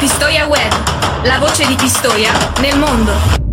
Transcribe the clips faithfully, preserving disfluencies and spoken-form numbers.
Pistoia Web, la voce di Pistoia nel mondo.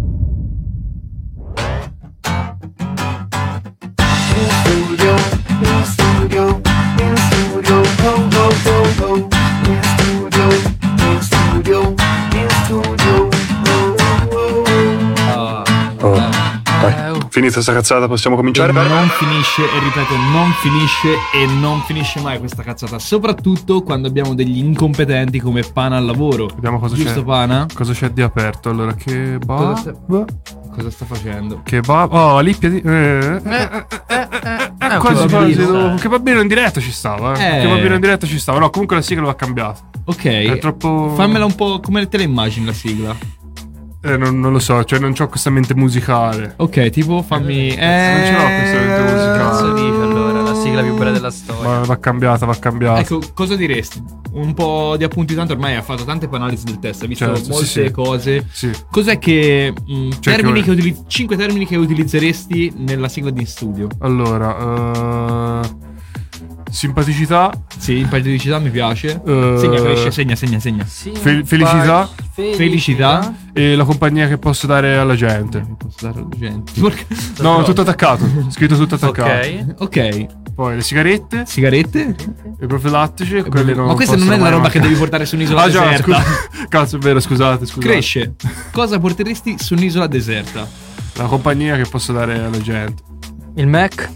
In studio, in studio, in studio, oh, oh, oh, oh. In studio, in studio, in studio, oh, oh, oh. Oh. Vai. Finita sta cazzata, possiamo cominciare? E non finisce, e ripeto, non finisce e non finisce mai questa cazzata. Soprattutto quando abbiamo degli incompetenti come Pana al lavoro. Vediamo cosa Giusto, c'è. Pana? Cosa c'è di aperto? Allora, che Cosa ba... sta, cosa sta facendo? Che ba... Oh, Lippia di... Eh, eh, eh, eh, eh, eh, quasi quasi devo- Che bambino in diretta ci stava, eh. Eh. Che bambino in diretta ci stava. No, comunque la sigla va cambiata. Ok. È troppo... Fammela un po' come te la immagini la sigla. Eh, non, non lo so, cioè non c'ho questa mente musicale. Ok, tipo fammi... Non ce l'ho questa mente musicale. Cazzo dici allora, la sigla più bella della storia. Ma va cambiata, va cambiata. Ecco, cosa diresti? Un po' di appunti, tanto ormai ha fatto tante analisi del testo, ha visto Certo, molte sì, sì. cose. Sì. Cos'è che... Mh, Cioè, termini che- che utilizzi... cinque termini che utilizzeresti nella sigla di In Studio. Allora, eh, simpaticità, Sì, impaticità mi piace. Eh, Segna, cresce, segna, segna, segna. Sì, Fel- felicità. Felicità. e la compagnia che posso dare alla gente. Mi posso dare alla gente. Porca- No, tutto attaccato. Scritto tutto attaccato. Ok. Ok, Poi le sigarette, sigarette. i profilattici, quelli non Ma questa non è possono la mai roba che mancare. devi portare su un'isola Ah già, deserta. scusa. Cazzo, è vero, scusate, scusate. Cresce. Cosa porteresti su un'isola deserta? La compagnia che posso dare alla gente. Il Mac.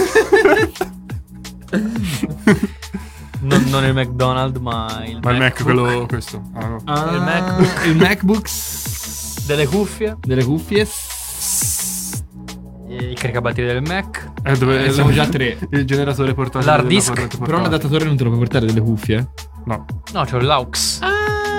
non, non il McDonald's, ma il Ma il Mac, MacBook. quello questo. Ah, no. Ah, Il MacBook. Il MacBook. s- Delle cuffie. Delle cuffie. Il caricabatterie del Mac. Eh, dove Eh, siamo già a tre. Il generatore portatile. L'hard della disk. corrente Però un portatile. adattatore non te lo puoi portare delle cuffie. No. No, c'ho l'aux. Ah.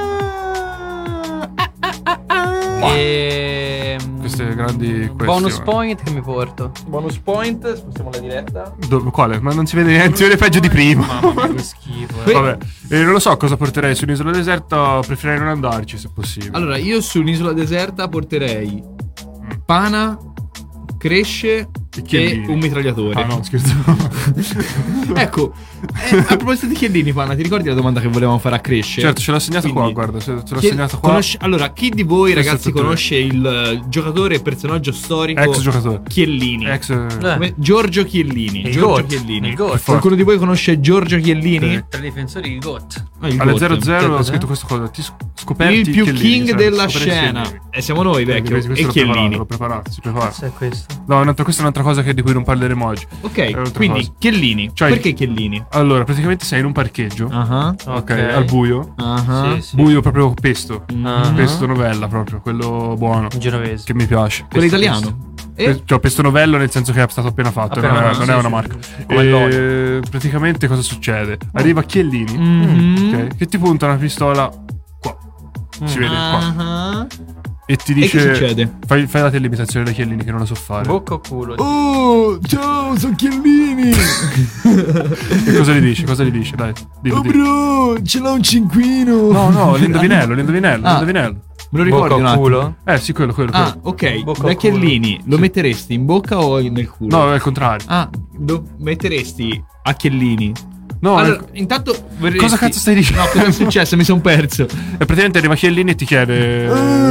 E Queste grandi questioni. bonus point che mi porto. Bonus point. Spostiamo la diretta. Dove- quale? Ma non si vede niente, si vede peggio di prima. Mamma mia, che schifo. eh. Vabbè, e non lo so cosa porterei su un'isola deserta, preferirei non andarci se possibile. Allora, io su un'isola deserta porterei Pana, Cresce E e Chiellini. un mitragliatore. Ah no, scherzo. Ecco, eh, a proposito di Chiellini, Pana, ti ricordi la domanda che volevamo fare a Cresce? Certo, ce l'ho segnato Quindi, qua, guarda, ce ce l'ho chi- segnato qua. conosci- allora, chi di voi, Questo ragazzi, è tutto conosce il eh, giocatore e personaggio storico Ex giocatore. Chiellini? Ex Eh. Come- Giorgio Chiellini. Il Giorgio GOAT. Chiellini. Il GOAT. Qualcuno di voi conosce Giorgio Chiellini? Tra i difensori il GOAT. Ah, il alle GOAT. zero zero ho Cos'è? scritto questa cosa. Ti sc- scoperti Il più Chiellini, king cioè, della scoperti scena. Chiellini. E siamo noi, vecchio. Questo E l'ho preparato, Chiellini. l'ho preparato, si prepara. Cos'è questo? No, un'altra, questa è un'altra cosa che- di cui non parleremo oggi. Ok, un'altra quindi cosa. Chiellini. Cioè- Perché Chiellini? Allora, praticamente sei in un parcheggio, Ah ok, Ok. al buio. ah. Sì, sì. Buio proprio pesto. Ah. Pesto novella proprio, quello buono. Genovese. Che mi piace. Quello Pesto, italiano. pesto. E Cioè, pesto novello nel senso che è stato appena fatto, Appena non, è, fatto, non sì, è una sì, marca. sì, sì. Come l'olio. E praticamente cosa succede? Arriva Chiellini, Mhm. ok, che ti punta una pistola qua. Si vede qua. Ah. E ti E dice: che succede? Fai, fai la te l'imitazione dei Chiellini che non la so fare. Bocca o culo? Oh, ciao, sono Chiellini. E cosa gli dici? Cosa gli dici? Dai, dillo, Oh, dillo. bro, ce l'ho un cinquino. No, no, l'indovinello, l'indovinello, Ah. l'indovinello. Me lo ricordi Bocca un o attimo? culo? Eh, sì, quello, quello. Ah, quello. ok. Bocca Da o culo? Chiellini lo metteresti in bocca o nel culo? No, è il contrario. Ah, lo metteresti a Chiellini. No, allora, è- intanto vorresti... Cosa cazzo stai dicendo? No, cosa è successo? Mi sono perso. E praticamente arriva Chiellini e ti chiede.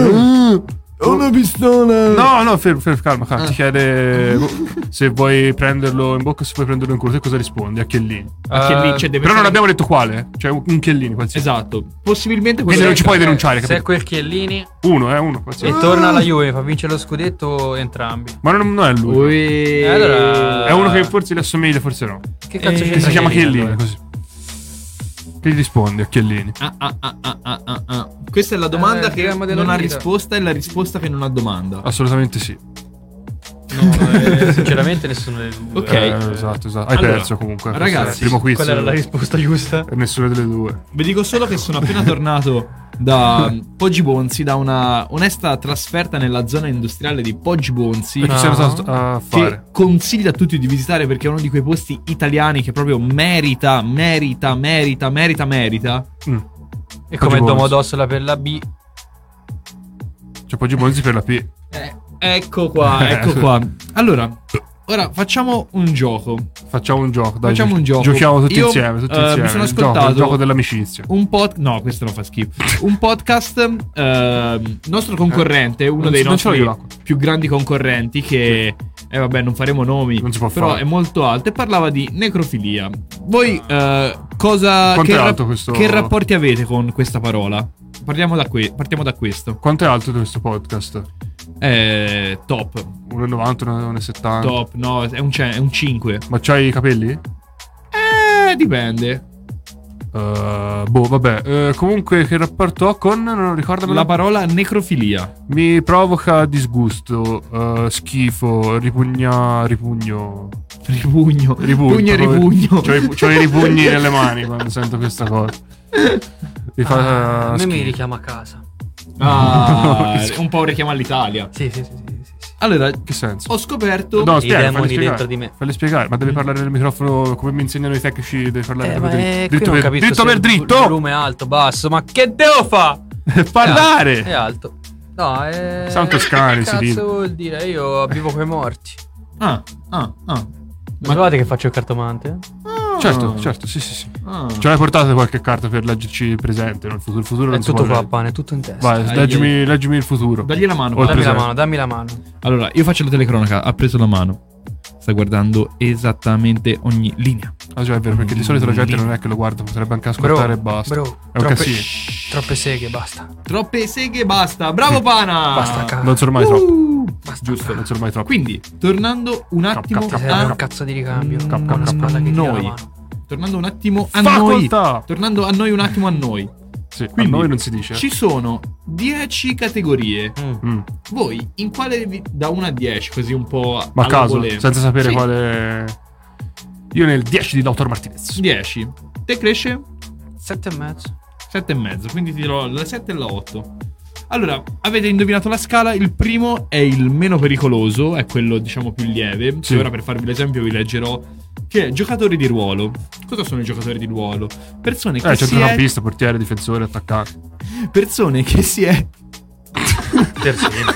Ho una pistola. No, no, fermo, fermo, calma, calma. Ah. Ti chiede boh, se vuoi prenderlo in bocca o se vuoi prenderlo in culo. Te cosa rispondi? A Chiellini. A Chiellini, Eh, cioè, deve Però non fare- abbiamo detto quale, eh. Cioè un, un Chiellini qualsiasi. Esatto. Possibilmente Quindi quello non ci puoi Se- denunciare, Se è capito? quel Chiellini Uno, eh, uno. qualsiasi. e torna alla Juve, fa vincere lo scudetto entrambi. Ma non, non è lui. Ui. E allora- È uno che forse gli assomiglia, forse no. Che cazzo Eh, c'è? Che si chiama Chiellini, così. Che gli rispondi a Chiellini? Ah, ah, ah, ah, ah, ah, ah. Questa è la domanda Eh, il che dramma della non ha vita. risposta e la risposta che non ha domanda. Assolutamente sì. No, eh, sinceramente nessuno delle due. Ok. Eh, esatto, esatto. Hai Allora, perso comunque. ragazzi, Questo è il primo quiz. Qual era la risposta giusta? E nessuna delle due. Vi dico solo che sono appena tornato da Poggi Bonzi, da una onesta trasferta nella zona industriale di Poggi Bonzi, E che No. siamo stati a che fare? consiglio a tutti di visitare perché è uno di quei posti italiani che proprio merita, merita, merita, merita, merita. Mm. E come Bonzi. Domodossola per la B. C'è Poggi Bonzi per la P. Eh, ecco qua, ecco qua. Allora, ora facciamo un gioco. Facciamo un gioco, dai. Facciamo un gioco. Giochiamo tutti Io, insieme, tutti eh, insieme. mi sono Il gioco, ascoltato il gioco dell'amicizia. Un pod... No, questo non fa schifo. Un podcast, eh, nostro concorrente, uno non dei so- non ce l'ho nostri io l'acqua. più grandi concorrenti, che eh vabbè, non faremo nomi, Non si può però fare. è molto alto, e parlava di necrofilia. Voi eh, cosa Quanto che, è alto questo- che rapporti avete con questa parola? Parliamo da, que- partiamo da questo. Quanto è alto questo podcast? Eh, top, uno e novanta, uno e settanta. top, no, è un, ce- è un cinque. Ma c'hai i capelli? Eh, dipende. Uh, boh, vabbè. Eh, comunque, che rapporto ho con. Non ricordo La parola necrofilia. Mi provoca disgusto, eh, schifo, ripugna. Ripugno. Ripugno. Ripugno. Pugno e ripugno. C'ho, i- c'ho i ripugni nelle mani quando sento questa cosa. Mi fa. Ah, a me mi schifo. richiama a casa. Ah, un po' un richiamo all'Italia. Sì, sì, sì, sì, sì, sì. Allora, Che senso? ho scoperto. No, I spiega, demoni falli spiegare. dentro di me. Falli spiegare, ma devi parlare nel microfono come mi insegnano i tecnici. Devi parlare Eh, ma proprio è, dritto, qui dritto non per capisco dritto. se Per il dritto. volume è alto, basso, ma che devo fare? Parlare. È alto. No, è. Sono toscani, Che si cazzo dice. vuol dire? Io vivo coi morti. Ah, ah, ah. Ma trovate che faccio il cartomante? Certo, certo, sì, sì, sì. Ah. Ce l'hai portato qualche carta per leggerci il presente, no? Il futuro, il futuro È non si tutto può qua, leggere. pane, è tutto in testa. Vai, Ai, leggimi, ai. leggimi il futuro. Dagli la mano. O il Dammi la presente. mano, dammi la mano. Allora, io faccio la telecronaca. Ha preso la mano. Sta guardando esattamente ogni linea. Ah, cioè, è vero, perché di solito la gente non è che lo guarda, potrebbe anche ascoltare e basta. bro, È un troppe, casino. troppe seghe, basta. Troppe seghe, basta. Bravo, Pana. Basta, cazzo. Non sono mai troppo. Uh, Giusto, non sono mai troppo. Quindi, tornando un attimo cap, Ti serve a un cazzo di ricambio. Mm, Con una spalla che tira la noi. mano. Tornando un attimo a Facoltà. noi. Tornando a noi un attimo a noi. Sì, Quindi, a noi non si dice. Ci sono dieci categorie. Mm. Mm. Voi in quale vi- da uno a dieci, così un po' Ma a alla caso, volée? senza sapere Sì, quale. Io nel dieci di Lautor Martinez. dieci. Te cresce? Sette e mezzo. sette e mezzo, quindi ti dirò la sette e la otto. Allora, avete indovinato la scala. Il primo è il meno pericoloso, è quello diciamo più lieve. Sì. E ora per farvi l'esempio vi leggerò che è giocatori di ruolo. Cosa sono i giocatori di ruolo? Persone che Eh, si è... centrocampista, portiere, difensore, attaccante. Persone che si è... Terzino.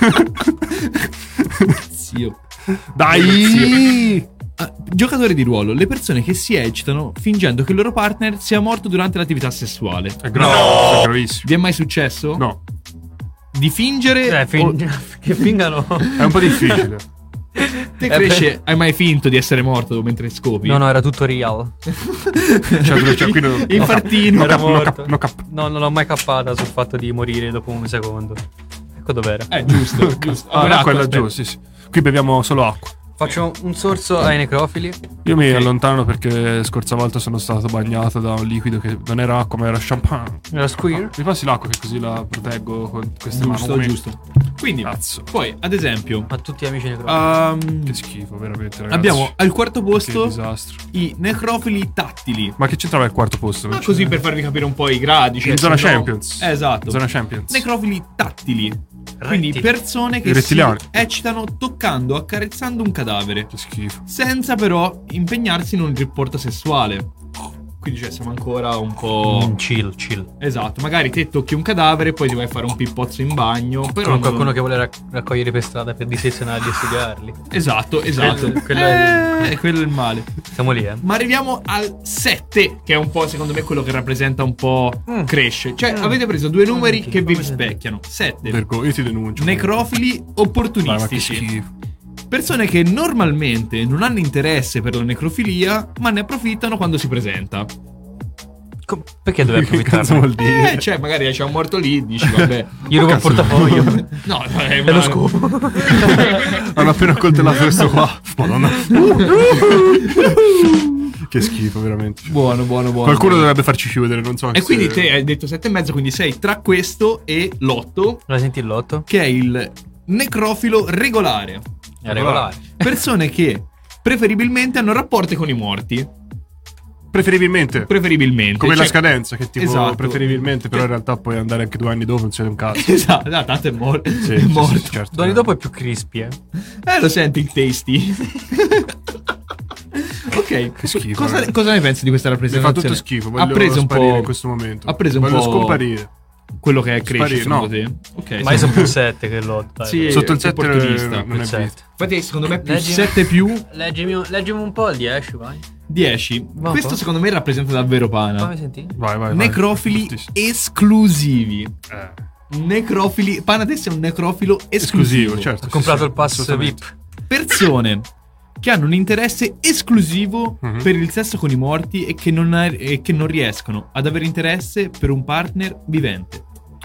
Zio. Dai! Ah, giocatori di ruolo, le persone che si eccitano fingendo che il loro partner sia morto durante l'attività sessuale. È grave, è gravissimo. Vi è mai successo? No, Di fingere? Eh, fin- o- che fingano. è un po' difficile. Te Eh, cresce, hai mai finto di essere morto mentre scopi? No, no, era tutto real. Cioè, cioè, qui non- Infartino. no Era cap, no morto. cap, no cap. No, non l'ho mai cappata sul fatto di morire dopo un secondo. Ecco dov'era. Eh, giusto, giusto. Ah, Allora, l'acqua è acqua, laggiù, aspetta. sì, sì. Qui beviamo solo acqua. Faccio un sorso ai necrofili. Io mi Ok. allontano perché scorsa volta sono stato bagnato da un liquido che non era acqua ma era champagne. Era squeer. Mi passi l'acqua che così la proteggo con queste mani. Giusto, giusto. Quindi, Cazzo. poi, ad esempio, A tutti gli amici necrofili. ehm, Che schifo, veramente, ragazzi. abbiamo al quarto Che posto disastro. i necrofili tattili. Ma che c'entrava il quarto posto? Ma Non così c'è- per farvi capire un po' i gradi. Cioè In zona se no- Champions. Eh, esatto. Zona Champions. Necrofili tattili. Quindi Rettili. persone che I si rettiliani. eccitano toccando, accarezzando un cadavere, Che schifo. senza però impegnarsi in un rapporto sessuale. Quindi cioè siamo ancora un po'... Mm, chill, chill. Esatto, magari te tocchi un cadavere, poi ti vai a fare un pippozzo in bagno, però... Con non- qualcuno che vuole rac- raccogliere per strada per dissezionarli e studiarli. Esatto, esatto. Quello- quello è Eh, quello è il male. Siamo lì, eh. Ma arriviamo al sette, che è un po' secondo me quello che rappresenta un po' Mm. cresce. Cioè Mm. avete preso due numeri Mm, che vi come senti? rispecchiano. sette. Vergo, io ti denuncio. Necrofili Vai, ma che opportunistici. schifo. Persone che normalmente non hanno interesse per la necrofilia, ma ne approfittano quando si presenta. Co- perché dovevo Che cazzo approfittarne? vuol dire? Eh, cioè, magari c'è un morto lì, dici, vabbè. Io rubo il Cazzo. portafoglio. No, è, È lo scopo. Hanno appena accoltellato questo qua. Madonna. Che schifo, veramente. Buono, buono, buono. Qualcuno dovrebbe farci chiudere, non so E se- quindi te hai detto sette e mezzo, quindi sei tra questo e l'otto, La senti il lotto? che è il necrofilo regolare. È regolare. Persone che preferibilmente hanno rapporti con i morti. Preferibilmente. Preferibilmente. Come Cioè- la scadenza, che tipo Esatto. preferibilmente, però Che- in realtà puoi andare anche due anni dopo, non succede un cazzo. Esatto, no, tanto è, mor- Sì, è sì, morto. sì, certo. Due anni dopo è più crispy, eh. Eh, lo senti il tasty. Ok, Che schifo, cosa, ragazzi. cosa ne pensi di questa Mi fa rappresentazione? tutto schifo, ha voglio preso un sparire po'. in questo momento. Ha preso un voglio po'. scomparire. quello che è cresce Sparire, secondo no. te? Ok. Ma io sono più sette che l'otto. Sì, Sotto il sei sette opportunista. non è sette. visto. Infatti secondo me più Leggimi- sette più Leggimi, leggimi un po' il dieci, vai. dieci. Va un Questo po'. secondo me rappresenta davvero Pana. Fammi sentire. Vai, vai, vai. Necrofili Bruttissimo. esclusivi. Eh, Necrofili. Pana adesso è un necrofilo esclusivo. esclusivo, certo. Ho sì, comprato sì, il pass assolutamente. V I P. Persone che hanno un interesse esclusivo Mhm. per il sesso con i morti e che, non ha- e che non riescono ad avere interesse per un partner vivente.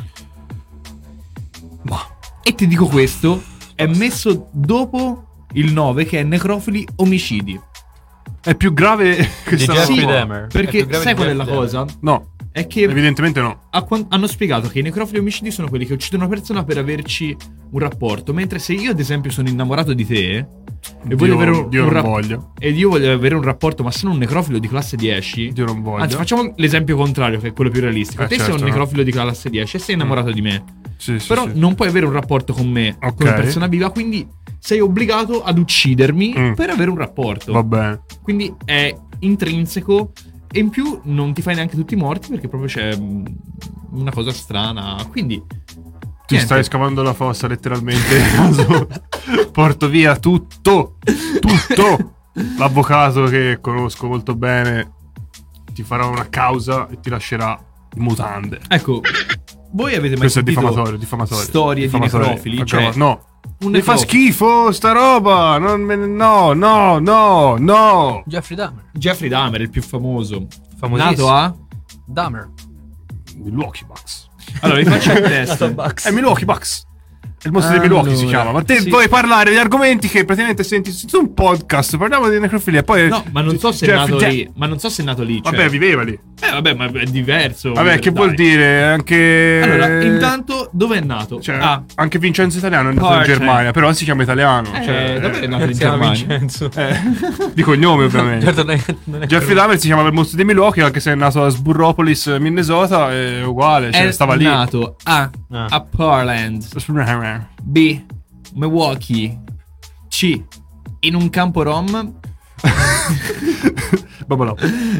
Ma E ti dico questo, è messo dopo il nove che è necrofili omicidi. è più grave che Di sta Jeffrey roba. Dahmer. È Perché più grave sai di qual è la Jeffrey cosa? No, È che evidentemente no. a quan- hanno spiegato che i necrofili omicidi sono quelli che uccidono una persona per averci un rapporto. Mentre se io ad esempio sono innamorato di te e Dio- voglio avere un, Dio un non rap- voglia. ed io voglio avere un rapporto, ma sono un necrofilo di classe dieci. Dio non voglia. Anzi, facciamo l'esempio contrario, che è quello più realistico. Eh, Te sei certo, un no. necrofilo di classe dieci e sei innamorato di me. Sì, sì, Però sì. non puoi avere un rapporto con me Ok. come persona viva, quindi sei obbligato ad uccidermi Mm. per avere un rapporto. Va bene. Quindi è intrinseco. E in più non ti fai neanche tutti morti perché proprio c'è mm, una cosa strana. Quindi Ti niente. stai scavando la fossa letteralmente. Porto via tutto. Tutto. L'avvocato che conosco molto bene ti farà una causa e ti lascerà in mutande. Ecco, voi avete mai Questo è sentito diffamatorio, diffamatorio. storie Diffamatorio. di necrofili? Aggrava- Cioè, no. un Mi fa necrofilo. schifo sta roba. Non me ne- no, no, no, no. Jeffrey Dahmer. Jeffrey Dahmer, il più famoso. Famosissimo. Nato a... Dahmer. Milwaukee Bucks. Allora, vi faccio il test. È Milwaukee Bucks. È il mostro di Milwaukee si Allora, chiama. Ma te sì. vuoi parlare di argomenti che praticamente senti su un podcast. Parliamo di necrofilia. Poi No, ma non so se è Jeffrey nato Da- lì. Ma non so se è nato lì. Cioè... Vabbè, viveva lì. Eh, vabbè, ma è diverso. Vabbè, che Dai. vuol dire? Anche. Allora, intanto, dove è nato? Cioè, ah, anche Vincenzo Italiano è nato in Porca. Germania, però si chiama italiano. eh, cioè, dove è nato in Si chiama Germania? Vincenzo. eh, di cognome, ovviamente. Certo, non è, non è Jeffrey Dahmer si chiamava il mostro di Milwaukee, anche se è nato a Sburropolis, Minnesota, è uguale, cioè È stava lì. nato a, Ah. a Portland. B. Milwaukee. C. In un campo rom. Babalò.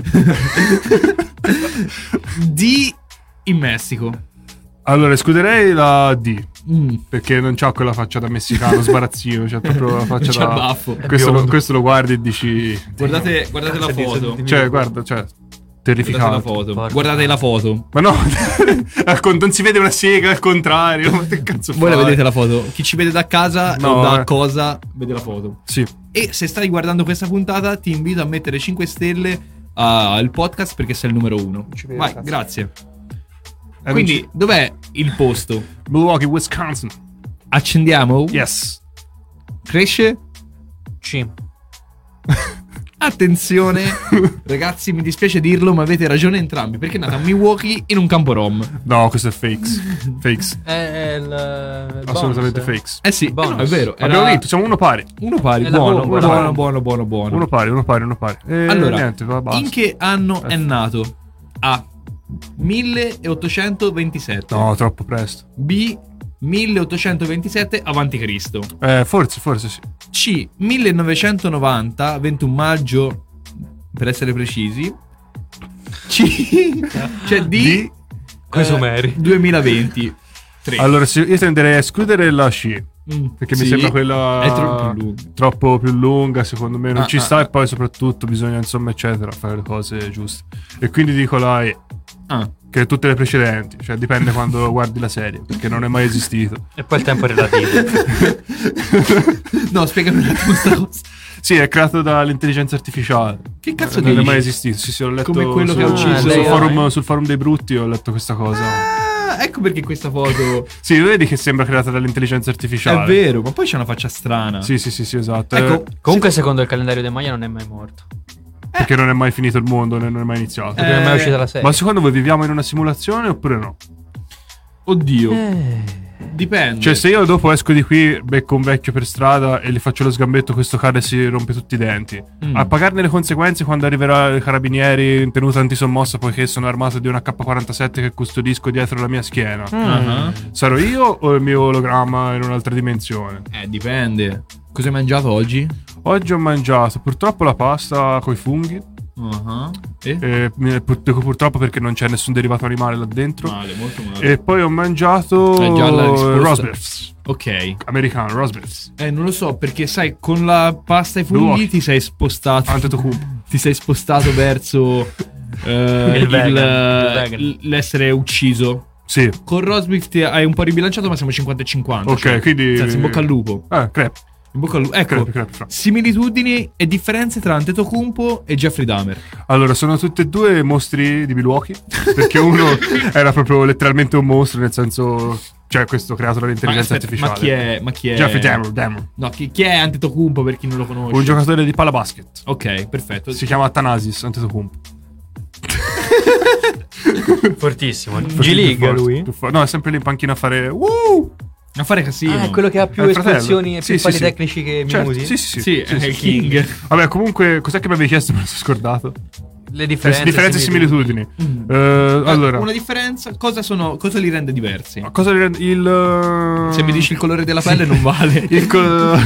D. In Messico. Allora, escluderei la D. Mm. Perché non c'ha quella faccia da messicano sbarazzino, c'ha proprio la faccia C'ha da. baffo. Questo lo, biondo. questo lo guardi e dici. Guardate, guardate la Cazzo di- foto. di- Cioè, guarda, cioè. Guardate la Terrificante. foto. Porca. Guardate la foto. Ma no, al con- non si vede una sega al contrario. Ma che cazzo Voi la fai? vedete la foto? Chi ci vede da casa No, o da eh. cosa vede la foto. Sì. E se stai guardando questa puntata, ti invito a mettere cinque stelle al podcast perché sei il numero uno. vedo, Vai, cazzo. grazie. Eh, Quindi, non dov'è il posto? ci- Milwaukee, Wisconsin. Accendiamo? Yes. Cresce? C. Attenzione, ragazzi, mi dispiace dirlo, ma avete ragione entrambi. Perché è nata a Milwaukee in un campo rom. No, questo è fakes. Fakes. È, è il, il Assolutamente bonus. fakes. Eh sì, Bonus. eh no, è vero. Era Abbiamo vinto, siamo uno pari. uno pari. È la Buono, bomba, buono, la buono, bomba. buono, buono, Uno pari, uno pari, uno pari. E Allora, niente, va basta. in che anno è Eh. nato? A. milleottocentoventisette. No, troppo presto. B. milleottocentoventisette avanti Cristo. Eh, forse, forse sì. C. millenovecentonovanta, ventuno maggio per essere precisi. C. Cioè D. D. Come eh, Sumeri. duemilaventi. tre. Allora, sì, io tenderei a escludere la C. Mm, Perché sì, mi sembra quella è troppo più lunga. troppo più lunga, secondo me non Ah, ci ah, sta ah. e poi soprattutto bisogna insomma eccetera fare le cose giuste. E quindi dico la E, Ah, che tutte le precedenti, cioè dipende quando guardi la serie, perché non è mai esistito. E poi il tempo è relativo. no, spiegami un attimo sta cosa. Sì, è creato dall'intelligenza artificiale. Che cazzo non è dici? mai esistito. Sì, sì, ho letto Come quello su- che ha ucciso sul, lei, forum, eh? sul forum dei brutti ho letto questa cosa. Ah, ecco perché questa foto Sì, vedi che sembra creata dall'intelligenza artificiale. è vero, ma poi c'è una faccia strana. Sì, sì, sì, sì, esatto. Ecco, Eh, Comunque, secondo il calendario dei Maya, non è mai morto. perché non è mai finito il mondo, non è mai iniziato. Perché non è mai Eh, uscita la serie. Ma secondo voi viviamo in una simulazione oppure no? oddio, Eh. dipende. Cioè, se io dopo esco di qui, becco un vecchio per strada e gli faccio lo sgambetto, questo cane si rompe tutti i denti. Mm. A pagarne le conseguenze quando arriverà i carabinieri in tenuta antisommossa, poiché sono armato di una K quarantasette che custodisco dietro la mia schiena. Ah, Sarò io o il mio ologramma in un'altra dimensione? eh, dipende. Cosa hai mangiato oggi? Oggi ho mangiato purtroppo la pasta coi funghi. Uh-huh. E? Eh, mi- pur- dico purtroppo perché non c'è nessun derivato animale là dentro. Male, molto male. E poi ho mangiato È già la risposta. Rosbergs. Ok. Americano, Rosbergs. Eh, non lo so, perché sai, con la pasta ai funghi Milwaukee. ti sei spostato. Antetokounmpo. Ti sei spostato verso eh, Il il- vegan, il vegan. l- l'essere ucciso. Sì. Con Rosberg ti hai un po' ribilanciato, ma siamo cinquanta e cinquanta. Ok, cioè, quindi- nel senso, in bocca al lupo. Eh, crepe. In bocca al lupo. Ecco, Crepe, crepe, fra. similitudini e differenze tra Antetokounmpo e Jeffrey Dahmer. Allora, sono tutti e due mostri di Milwaukee. Perché uno era proprio letteralmente un mostro, nel senso, cioè, questo creato Ma, dall'intelligenza aspetta, artificiale. ma chi è? Ma chi è? Jeffrey Dahmer, Dahmer. No, chi, chi è Antetokounmpo per chi non lo conosce? Un giocatore di palabasket. Ok, perfetto. Si chiama Thanasis Antetokounmpo. Fortissimo. G Più League forte, lui? più forte. No, è sempre lì in panchina a fare uh! A fare casino. Ah, è quello che ha più È il fratello. espulsioni e Sì, più sì, falli sì. tecnici che Certo, minuti? sì, sì, sì. Sì, è il King. Vabbè, comunque, cos'è che mi avevi chiesto? Me lo sono scordato. Le Le differenze, differenze e similitudini. Eh, allora, Una differenza, cosa sono cosa li rende diversi? cosa rende il eh, Se mi dici il colore della pelle non vale. il, co-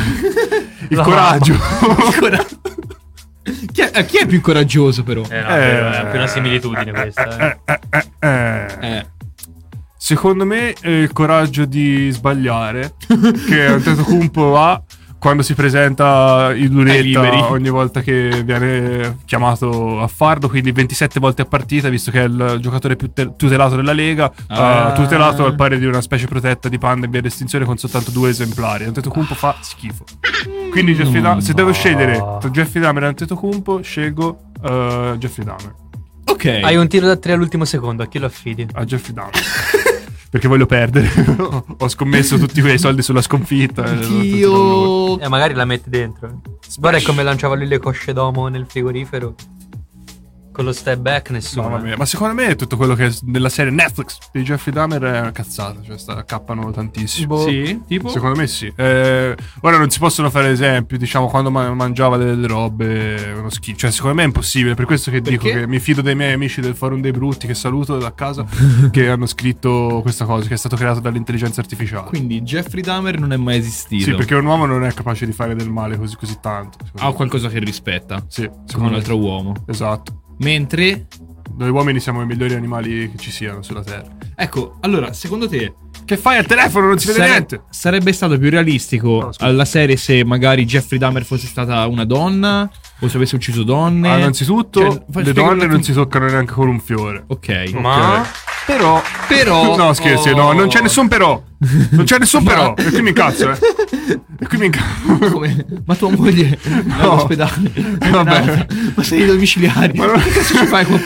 il No. coraggio. Il cora- chi, è, eh, chi è più coraggioso però? Eh, no, è vero, è più una similitudine questa. eh. Eh, eh, eh, eh. Eh, Secondo me è il coraggio di sbagliare che Antetokounmpo ha quando si presenta in Ai liberi. lunetta ogni volta che viene chiamato a farlo, quindi ventisette volte a partita, visto che è il giocatore più te- tutelato della Lega, Ah. uh, tutelato al pari di una specie protetta di panda in via d'estinzione con soltanto due esemplari. Antetokounmpo fa schifo. Quindi Jeffrey Dahmer, se devo scegliere tra Jeffrey Dahmer e Antetokounmpo, scelgo uh, Jeffrey Dahmer. ok. Hai un tiro da tre all'ultimo secondo, a chi lo affidi? A Jeffrey Dahmer. Perché voglio perdere. Ho scommesso tutti quei soldi sulla sconfitta. eh, Io E magari la metti dentro. Guarda come lanciava lui le cosce d'uomo nel frigorifero. Con lo step back nessuno. Mamma mia. Ma secondo me tutto quello che è nella serie Netflix di Jeffrey Dahmer è una cazzata. Cioè, sta, accappano tantissimo. Boh. Sì, tipo Secondo me sì. Eh, ora non si possono fare esempi, diciamo, quando ma- mangiava delle robe, uno schifo. Cioè, secondo me è impossibile. Per questo che Perché? dico che mi fido dei miei amici del forum dei brutti, che saluto da casa, che hanno scritto questa cosa, che è stato creato dall'intelligenza artificiale. Quindi Jeffrey Dahmer non è mai esistito. Sì, perché un uomo non è capace di fare del male così, così tanto. secondo ha me. qualcosa che rispetta Sì, come secondo un me. altro uomo. Esatto. Mentre Noi uomini siamo i migliori animali che ci siano sulla Terra. ecco, allora, secondo te Che fai al telefono? Non si vede sare- niente. sarebbe stato più realistico No, scusa. alla serie se magari Jeffrey Dahmer fosse stata una donna o se avesse ucciso donne? Ah, innanzitutto, Cioè, fa- le spiegami un donne attimo- non si toccano neanche con un fiore. Ok. Ma Ok. Però, Però no, scherzi, oh. no, non c'è nessun però. Non c'è nessun però. E qui mi incazzo, eh. E qui mi incazzo. Come? Ma tua moglie è all'ospedale. È Vabbè. nata. Ma sei ai domiciliari. Ma Ma non- che cazzo ci fai qua?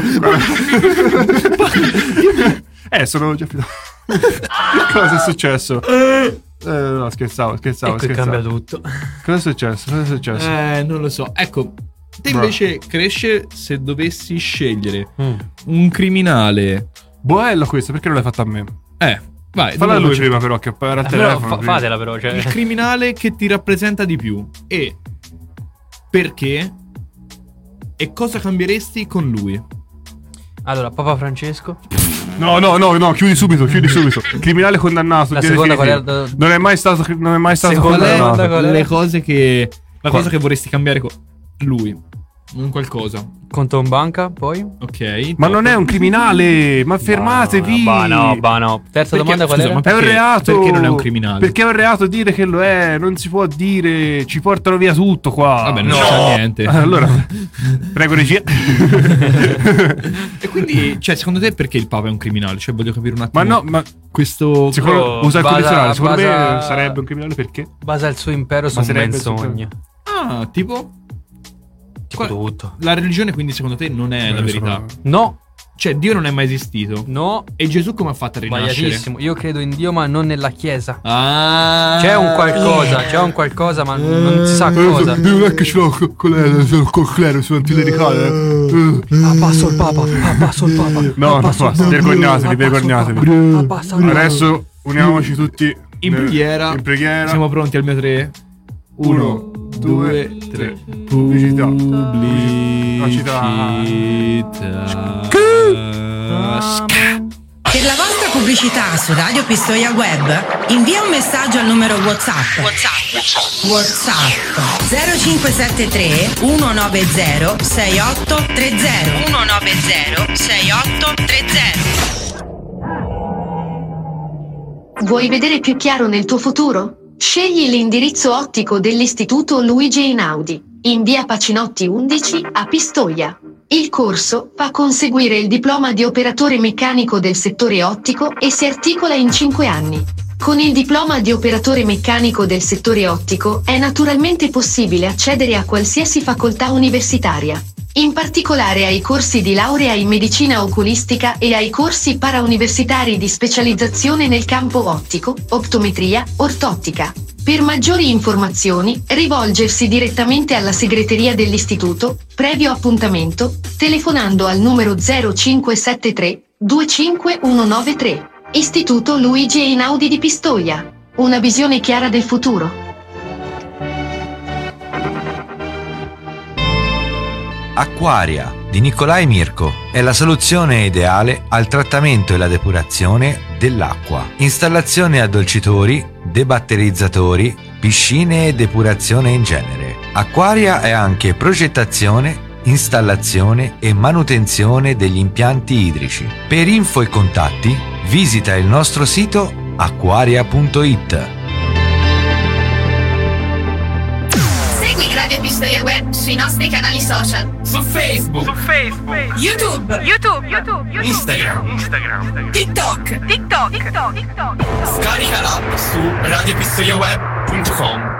Eh, sono già più. Cosa è successo? Eh, no, scherzavo, scherzavo, e qui scherzavo. cambia tutto. Cosa è successo? Cosa è successo? Eh, non lo so. Ecco, te Bro. invece cresce se dovessi scegliere Mm. un criminale. Boello questo, perché non l'hai fatta a me? Eh, vai. Falla a dove lui faccio- prima però, che era al Però telefono. fa- prima. fatela però, cioè. Il criminale che ti rappresenta di più. E perché? E cosa cambieresti con lui? Allora, Papa Francesco. No, no, no, no, chiudi subito, chiudi subito. Criminale condannato. La via seconda definitiva. qual è? Non è mai stato, non è mai stato Seconda Qual è domanda, condannato. qual è? le cose che. La Qual- cosa che vorresti cambiare con lui? Un qualcosa. Conto in banca, poi. Ok. Ma top. non è un criminale, ma fermatevi. Bah no, bah no. Terza Perché- domanda qual scusa, era? ma È un Perché- reato. perché non è un criminale? Perché è un reato dire che lo è, non si può dire, ci portano via tutto qua. Vabbè, non No. si sa niente. Allora, prego regia. E quindi, cioè, secondo te perché il Papa è un criminale? Cioè, voglio capire un attimo. Ma no, ma Questo. secondo, Oh, usa il basa- condizionale, secondo me basa- sarebbe un criminale perché? Basa il suo impero su Ma un sarebbe il suo menzogna. Ah, tipo. Tipo Qua- tutto. La religione, quindi, secondo te, non è la Eh, verità. sono- No, Cioè, Dio non è mai esistito. no. E Gesù come ha fatto a rinascere? Sbagliatissimo. Io credo in Dio, ma non nella chiesa. Ah, C'è un qualcosa, c'è un qualcosa, ma non si sa cosa. Non è che ce l'ho co- con lei, col clero, sono anticlericale. eh. Abbasso il Papa, abbasso il Papa. No, non abbasso il basta, Papa, vergognatevi, abbasso il vergognatevi. Papa, abbassa il Papa. Adesso uniamoci tutti In nel- preghiera. In preghiera. Siamo pronti al mio tre. Uno, Uno, due, due, tre. tre. Pubblicità. Pubblicità. Pubblicità. Pubblicità. Per la vostra pubblicità su Radio Pistoia Web, invia un messaggio al numero WhatsApp. WhatsApp. WhatsApp zero cinque sette tre uno nove zero sei otto tre zero uno nove zero sei otto tre zero. Vuoi vedere più chiaro nel tuo futuro? Scegli l'indirizzo ottico dell'Istituto Luigi Einaudi, in via Pacinotti undici a Pistoia. Il corso fa conseguire il diploma di operatore meccanico del settore ottico e si articola in cinque anni. Con il diploma di operatore meccanico del settore ottico è naturalmente possibile accedere a qualsiasi facoltà universitaria, in particolare ai corsi di laurea in medicina oculistica e ai corsi parauniversitari di specializzazione nel campo ottico, optometria, ortottica. Per maggiori informazioni, rivolgersi direttamente alla segreteria dell'istituto, previo appuntamento, telefonando al numero zero cinque sette tre due cinque uno nove tre. Istituto Luigi Einaudi di Pistoia. Una visione chiara del futuro. Acquaria di Nicolai Mirko è la soluzione ideale al trattamento e la depurazione dell'acqua. Installazione addolcitori, debatterizzatori, piscine e depurazione in genere. Acquaria è anche progettazione, installazione e manutenzione degli impianti idrici. Per info e contatti visita il nostro sito acquaria punto it. Segui Radio Pistoia Web sui nostri canali social. Su Facebook, su Facebook, YouTube, YouTube, YouTube, YouTube. Instagram, Instagram, TikTok, TikTok, TikTok, TikTok. Scarica l'app su radio pistoia web punto com.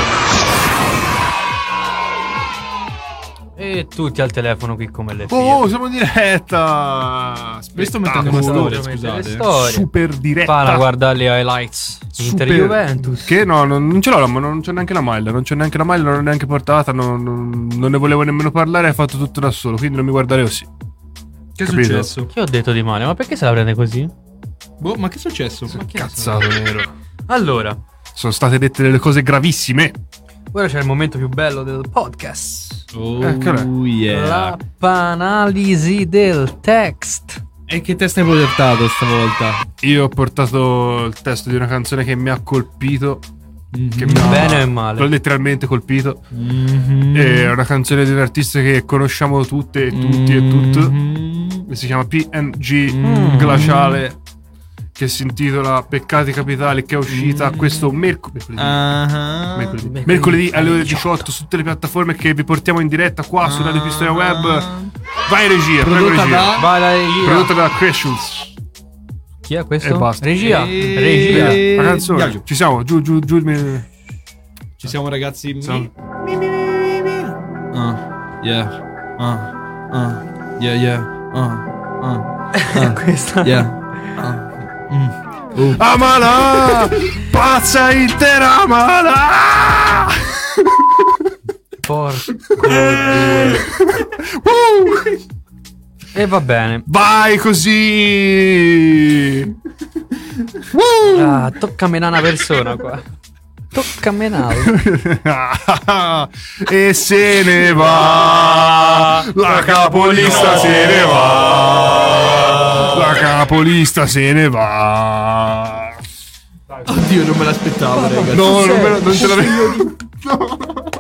E tutti al telefono qui come le figlie. Oh, siamo in diretta. Vi sto mettendo una storia, scusate. Storie. Super diretta. Fana guardare le highlights. Inter Super- Juventus. Che no, non, non ce l'ho, ma non c'è neanche la maglia. Non c'è neanche la maglia, non l'ho neanche portata. Non, non- non ne volevo nemmeno parlare. Hai fatto tutto da solo. Quindi non mi guardare così. Che è Capito? successo? Che ho detto di male? Ma perché se la prende così? Boh, ma che è successo? Ma che Cazzato nero. Allora, Sono state dette delle cose gravissime. ora c'è il momento più bello del podcast. Oh, Eh, che è? yeah. La panalisi del text. E che testa hai portato stavolta? Io ho portato il testo di una canzone che mi ha colpito. Che mi ha Bene o male? l'ho letteralmente colpito. Mm-hmm. È una canzone di un artista che conosciamo tutte e tutti e tutte. Mm-hmm. Che si chiama P N G Mm. Glaciale. Che si intitola Peccati Capitali. Che è uscita Mm. questo merc- mercoledì. Ah. mercoledì. mercoledì Mercoledì alle ore diciotto. diciotto su tutte le piattaforme che vi portiamo in diretta qua su Radio Pistoia Web. Ah. Vai regia, prego Prodotta regia. da- Vai la regia. Prodotta da Crashels. Chi è questo? E basta. Regia. E- Regia. e- La canzone. Viaggio. Ci siamo, giù, giù, giù. mi- Ci siamo ragazzi. Siamo. Mi, mi, mi, mi, mi. Ah, yeah. Ah, ah, yeah, yeah. Ah, ah, ah, Questa. yeah. Ah, mm. Oh. Amala! Pazza intera amala! Porco due. Uh! E va bene. Vai così! Uh! Ah, toccami una persona qua. Toccami una. E se ne va! La capolista se ne va! La capolista se ne va! Oddio, non me l'aspettavo, ragazzi. No, non, me la- non ce l'avevo. No.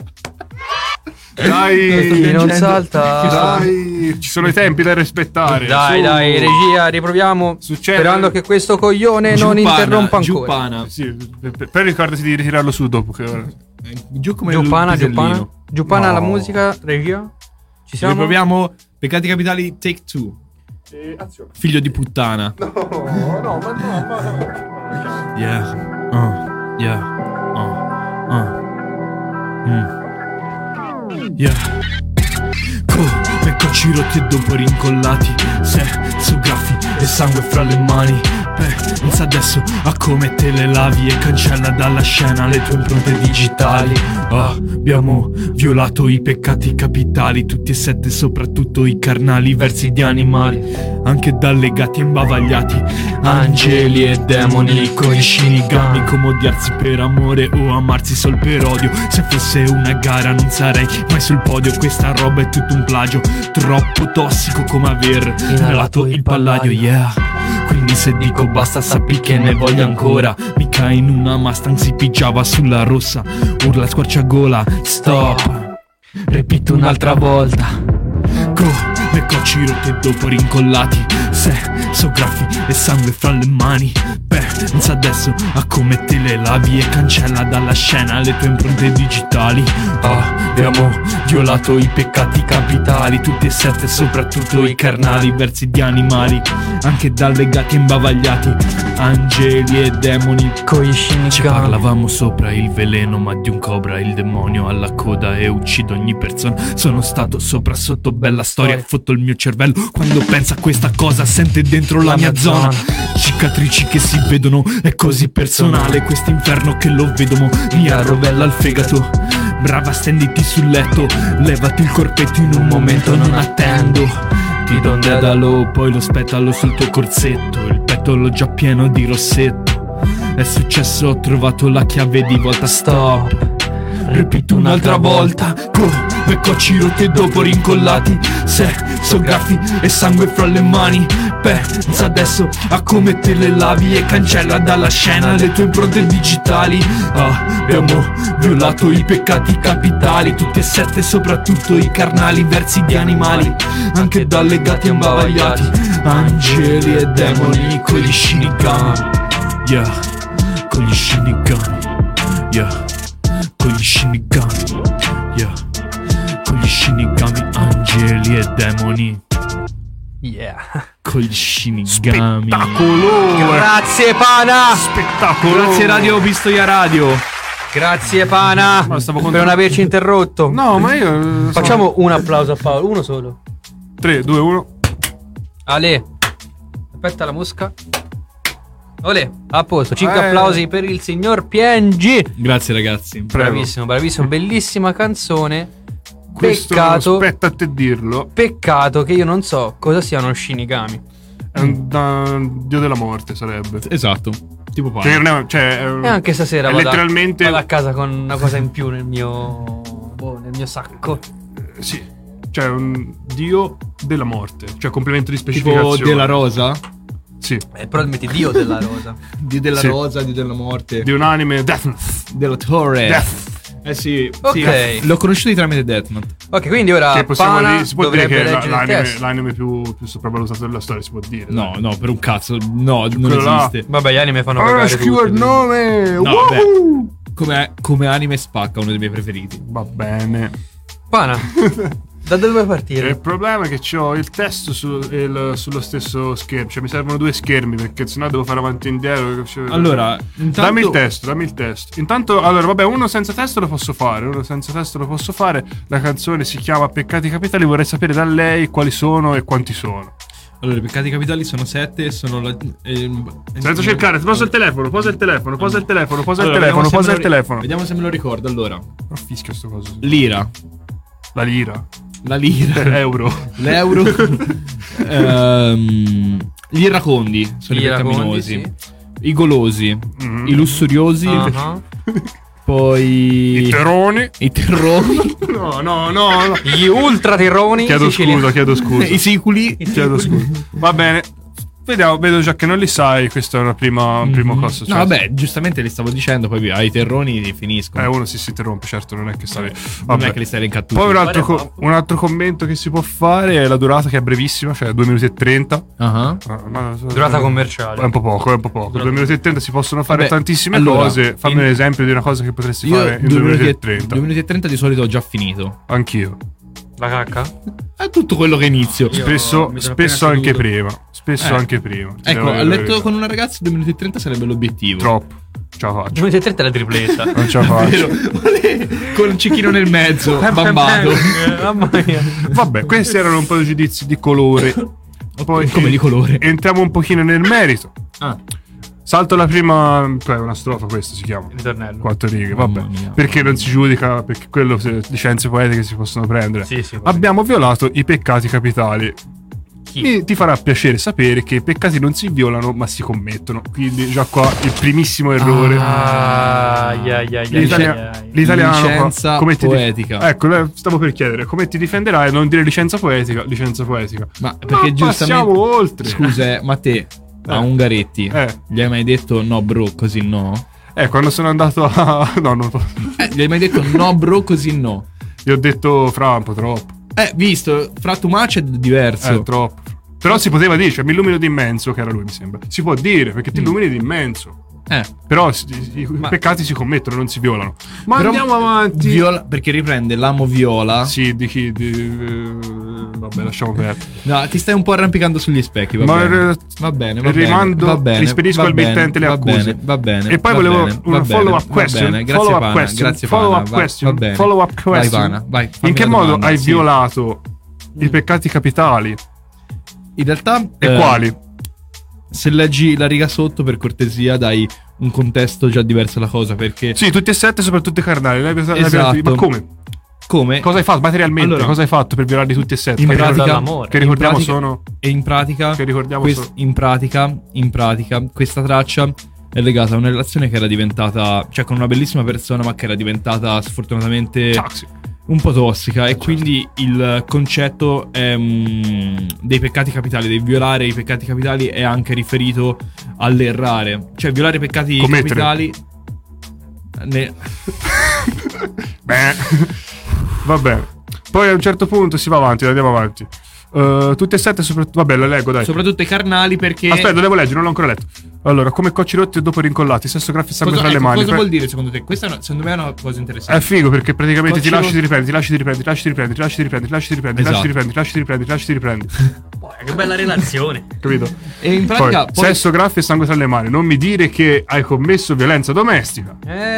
Dai, Chi non salta. dai, ci sono i tempi da rispettare. Dai, Su. dai, regia, riproviamo. Succede. Sperando che questo coglione non Giù pana, interrompa giù ancora. pana. Sì, per- per- però ricordati di ritirarlo su dopo. Che ora. Eh, Giù come Giù pana, il giù pisellino. pana. Giù pana No. la musica, regia. Ci siamo? Riproviamo Peccati Capitali Take Two. Figlio di puttana. No, no, ma no, ma. Yeah. Uh, yeah. Uh, uh. Mm. Yeah. Come cocci rotti e dopo rincollati, sesso, graffi e sangue fra le mani. Pensa adesso a come te le lavi e cancella dalla scena le tue impronte digitali. Ah, abbiamo violato i peccati capitali, tutti e sette, soprattutto i carnali versi di animali, anche dalle gatti imbavagliati, angeli e demoni con i shinigami, come odiarsi per amore o amarsi sol per odio. Se fosse una gara non sarei mai sul podio, questa roba è tutto un plagio, troppo tossico come aver inalato il palladio. Yeah, Quindi se dico basta sappi che ne voglio ancora. Mica in una Mustang si pigiava sulla rossa. Urla squarciagola, stop. Repito un'altra volta. Come cocci rotti e dopo rincollati. Se so graffi e sangue fra le mani. Pensa adesso a come te le lavi e cancella dalla scena le tue impronte digitali. Abbiamo violato i peccati capitali, tutti e sette, soprattutto i carnali, versi di animali, anche da legati e imbavagliati, angeli e demoni. Coi ci parlavamo sopra il veleno, ma di un cobra il demonio alla coda e uccido ogni persona. Sono stato sopra sotto, bella storia, fotto il mio cervello quando pensa a questa cosa, sente dentro la, la mia zona. Cicatrici che si vedono, è così personale quest'inferno che lo vedono, mi arrovella il fegato. Brava, stenditi sul letto, levati il corpetto in un momento, non attendo. Ti do un dedalo, poi lo spettalo sul tuo corsetto, il petto l'ho già pieno di rossetto. È successo, ho trovato la chiave di volta, stop. Repito un'altra volta, come cocci rotti e dopo rincollati. Se so graffi e sangue fra le mani. Pensa adesso a come te le lavi e cancella dalla scena le tue impronte digitali. Abbiamo violato i peccati capitali, tutti e sette, soprattutto i carnali, versi di animali, anche da legati e imbavagliati, angeli e demoni con gli shinigami. Yeah, con gli shinigami. Yeah, con gli shinigami. Yeah, con gli shinigami, angeli e demoni. Yeah. Con gli shinigami. Spettacolo. Grazie Pana. Spettacolo. Grazie Radio Pistoia Radio. Grazie Pana Ma stavo per non averci interrotto. No, ma io facciamo un applauso a Paolo, uno solo. tre, due, uno. Ale. Aspetta la mosca. Olè, a posto, cinque eh. applausi per il signor P N G. Grazie ragazzi. Prego. Bravissimo, bravissimo, bellissima canzone. Questo Peccato. aspetta a te dirlo. Peccato che io non so cosa siano shinigami. È un, un dio della morte sarebbe. Esatto. Tipo Cioè, Pana. non è- cioè, è un- E anche stasera è vado, letteralmente vado a casa con una cosa in più nel mio boh, nel mio sacco. sì, cioè un dio della morte, cioè complemento di Tipo specificazione. della rosa. Sì, Eh, però metti Dio della rosa. Dio della Sì. rosa, Dio della morte. di un anime Death. Della torre. Death. Eh sì, Ok. sì, l'ho conosciuto tramite Death Note. Ok, quindi ora Che possiamo Pana dire, si può dire dovrebbe che è la- leggere il l'anime, testo. l'anime più, più sopravvalutato della storia, si può dire. No, dai. no, per un cazzo. No, non quello là. esiste. Vabbè, gli anime fanno Ah, cagare scrivo il tutti, nome. No, Woohoo! vabbè. Come, come anime spacca, uno dei miei preferiti. Va bene. Pana, da dove vuoi E partire? il problema è che ho il testo su- il- sullo stesso schermo, cioè mi servono due schermi perché sennò devo fare avanti e indietro. Cioè- Allora, intanto... Dammi il testo, dammi il testo. Intanto, allora, vabbè, uno senza testo lo posso fare. Uno senza testo lo posso fare. La canzone si chiama Peccati Capitali. Vorrei sapere da lei quali sono e quanti sono. Allora, i peccati capitali sono sette e sono la... ehm, Senza cercare, posa il telefono, posa il telefono, posa il telefono, posa Allora, il telefono, vediamo se posa me il lo ri- telefono. Vediamo se me lo ricordo, allora. Però fischio sto coso. Lira. La lira. La lira. Euro. L'euro. Ehm, gli irracondi sono Gli i iracondi, peccaminosi. sì. I golosi. Mhm. I lussuriosi. Ah, Poi... I terroni. I terroni. No, no, no, no. Gli ultraterroni Chiedo siciliani. scusa, chiedo scusa. I siculi. Chiedo scusa. Va bene. Vediamo, vedo già che non li sai. Questo è una prima, un primo costo. No, vabbè, giustamente li stavo dicendo, poi ai terroni finiscono. Eh, uno si, si interrompe, certo, non è che stavi. non Vabbè. è che li stai elencando Poi un tutti. altro, co- un altro commento che si può fare è la durata, che è brevissima, cioè due minuti e trenta. Ah, Ah, ma- Durata commerciale. È un po' poco, è un po' poco. Durata- due minuti e trenta si possono fare Vabbè, tantissime allora, cose. Fammi in- un esempio di una cosa che potresti Io fare in due due minuti e due trenta. minuti e trenta di solito ho già finito. Anch'io. La cacca? È tutto quello che inizio. Io Spesso, mi sono spesso appena anche seduto. prima. Spesso Eh. anche prima. Ti Ecco, devo a dire la letto verità. con una ragazza due minuti e trenta sarebbe l'obiettivo. Troppo. Ce la faccio. due minuti e trenta è la tripletta. Non ce la faccio. Vero? Con un cecchino nel mezzo, bambato. Mamma mia. Vabbè, questi erano un po' di giudizi di colore. Poi Come di colore. entriamo un pochino nel merito. Ah, Salto la prima. Cioè, una strofa, questa si chiama. Ritornello. Quattro righe, vabbè. Mamma mia. Perché non si giudica, perché quello se licenze poetiche si possono prendere. Sì, sì. vabbè. Abbiamo violato i peccati capitali. Chi? Mi- ti farà piacere sapere che i peccati non si violano, ma si commettono. Quindi, già qua il primissimo errore. Ah, ya, ya, ya, L'italia- ya, ya. L'italiano qua, Licenza come ti poetica. Ecco, le- stavo per chiedere come ti difenderai a non dire licenza poetica, licenza poetica. ma Ma perché giustamente passiamo oltre. Scusa, eh, ma te a Ungaretti, Eh. gli hai mai detto no bro, così no? Eh, quando sono andato a... No, non posso. Eh, gli hai mai detto no bro, così no? Gli ho detto fra un po' troppo. Eh, visto, fra too much è diverso. Eh, troppo. Però si poteva dire, cioè mi illumino di immenso, che era lui mi sembra. Si può dire, perché ti illumini di immenso. Eh. Però si- i Ma- peccati si commettono, non si violano. Ma Però andiamo avanti. Viola, perché riprende l'amo viola. Sì, di chi? Di... eh, Vabbè, lasciamo perdere. No, ti stai un po' arrampicando sugli specchi, va Ma bene. eh, Va bene, va bene. rimando, va bene, rispedisco va al bene, mittente le va accuse. Bene, va bene. E poi va volevo bene, una va follow bene, up question. Va bene, grazie follow up Pana, question. grazie follow Pana, up va- question. va bene. Follow up Vai, question. Pana, vai, fammi In che la modo domanda, hai sì. violato i peccati capitali? In realtà E eh, quali? Se leggi la riga sotto, per cortesia, dai un contesto già diverso alla cosa, perché Sì, tutti e sette, soprattutto i carnali. L'hai- l'hai- Esatto. Ma come? come Cosa hai fatto materialmente? Allora, cosa hai fatto per violarli tutti e sette? in Che pratica- ricordiamo- l'amore. Che ricordiamo in pratica- sono... e in pratica Che ricordiamo quest- sono... in pratica in pratica questa traccia è legata a una relazione che era diventata, cioè con una bellissima persona, ma che era diventata sfortunatamente Toxic. un po' tossica, e certo. quindi il concetto è, mm, dei peccati capitali, del violare i peccati capitali, è anche riferito all'errare, cioè violare i peccati Commettere. capitali ne- Beh. Va bene. Poi a un certo punto si va avanti, andiamo avanti. Uh, tutte e sette soprattutto... Vabbè, lo leggo, dai. soprattutto i carnali, perché Aspetta, devo leggere, non l'ho ancora letto. Allora, come cocci rotti e dopo rincollati, sesso, graffi e sangue cosa, tra le ecco, mani. cosa Pre- vuol dire secondo te? Questa è una- secondo me è una cosa È interessante. figo perché praticamente ti Cocci lasci, rotti- ti riprendi, ti lasci, ti riprendi, ti lasci, ti riprendi, ti lasci, ti riprendi, ti lasci, ti riprendi, ti lasci, Esatto. ti riprendi, ti lasci, ti riprendi, ti lasci, ti riprendi. Boh, che bella relazione. Capito? E in Poi, pratica poi- sesso, graffi e sangue tra le mani. Non mi dire che hai commesso violenza domestica.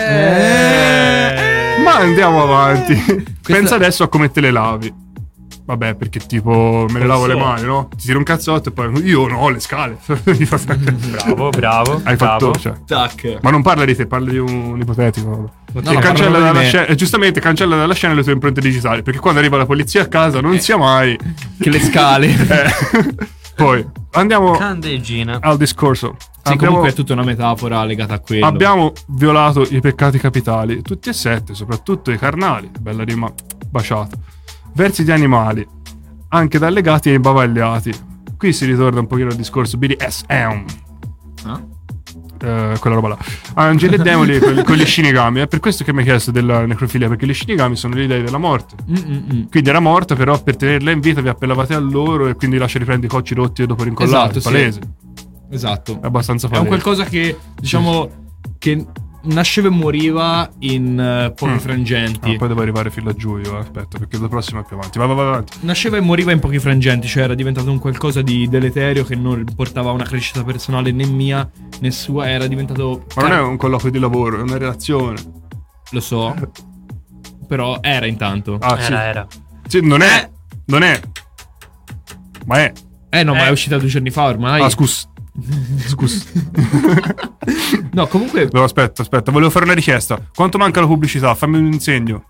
Eh. Ma andiamo avanti. Pensa adesso a come te le lavi. Vabbè, perché tipo me le Col lavo le sole. mani, no? Ti tiro un cazzotto e poi io no, le scale. Mi fa- Bravo, bravo. Hai bravo. fatto, cioè. Tac. Ma non parla di te, parla di un ipotetico. No, e no, cancella parlavo di dalla me. scena, e giustamente cancella dalla scena le tue impronte digitali. Perché quando arriva la polizia a casa non sia mai. Che le scale. Eh. Poi andiamo Candeggina. al discorso. Sì, abbiamo, comunque è tutta una metafora legata a quello. abbiamo violato i peccati capitali, tutti e sette, soprattutto i carnali. Bella rima baciata. Versi di animali, anche da legati e imbavagliati. Qui si ritorna un pochino al discorso B D S M. Ah? Eh, quella roba là. Angeli e demoni con, con gli shinigami. È per questo che mi hai chiesto della necrofilia, perché gli shinigami sono gli dei della morte. Mm-mm-mm. Quindi era morta, però per tenerla in vita vi appellavate a loro e quindi lascia riprendere i cocci rotti e dopo rincollati. Esatto, sì. Palese. Esatto. È abbastanza È palese. un qualcosa che, diciamo, che nasceva e moriva in eh, pochi Mm. frangenti. Ah, poi devo arrivare fino a giugno. eh, Aspetta, perché la prossima è più avanti. Vai, vai, vai avanti. Nasceva e moriva in pochi frangenti, cioè era diventato un qualcosa di deleterio che non portava a una crescita personale né mia né sua, era diventato... Ma non è un colloquio di lavoro, è una relazione. Lo so, però era intanto. Ah, Era, sì. era. Sì, non è. Non è. Ma è. Eh no, ma Eh. è uscita due giorni fa ormai. Ah, scusa. Scusa. No, comunque... No, aspetta, aspetta, volevo fare una richiesta. Quanto manca la pubblicità? Fammi un insegno.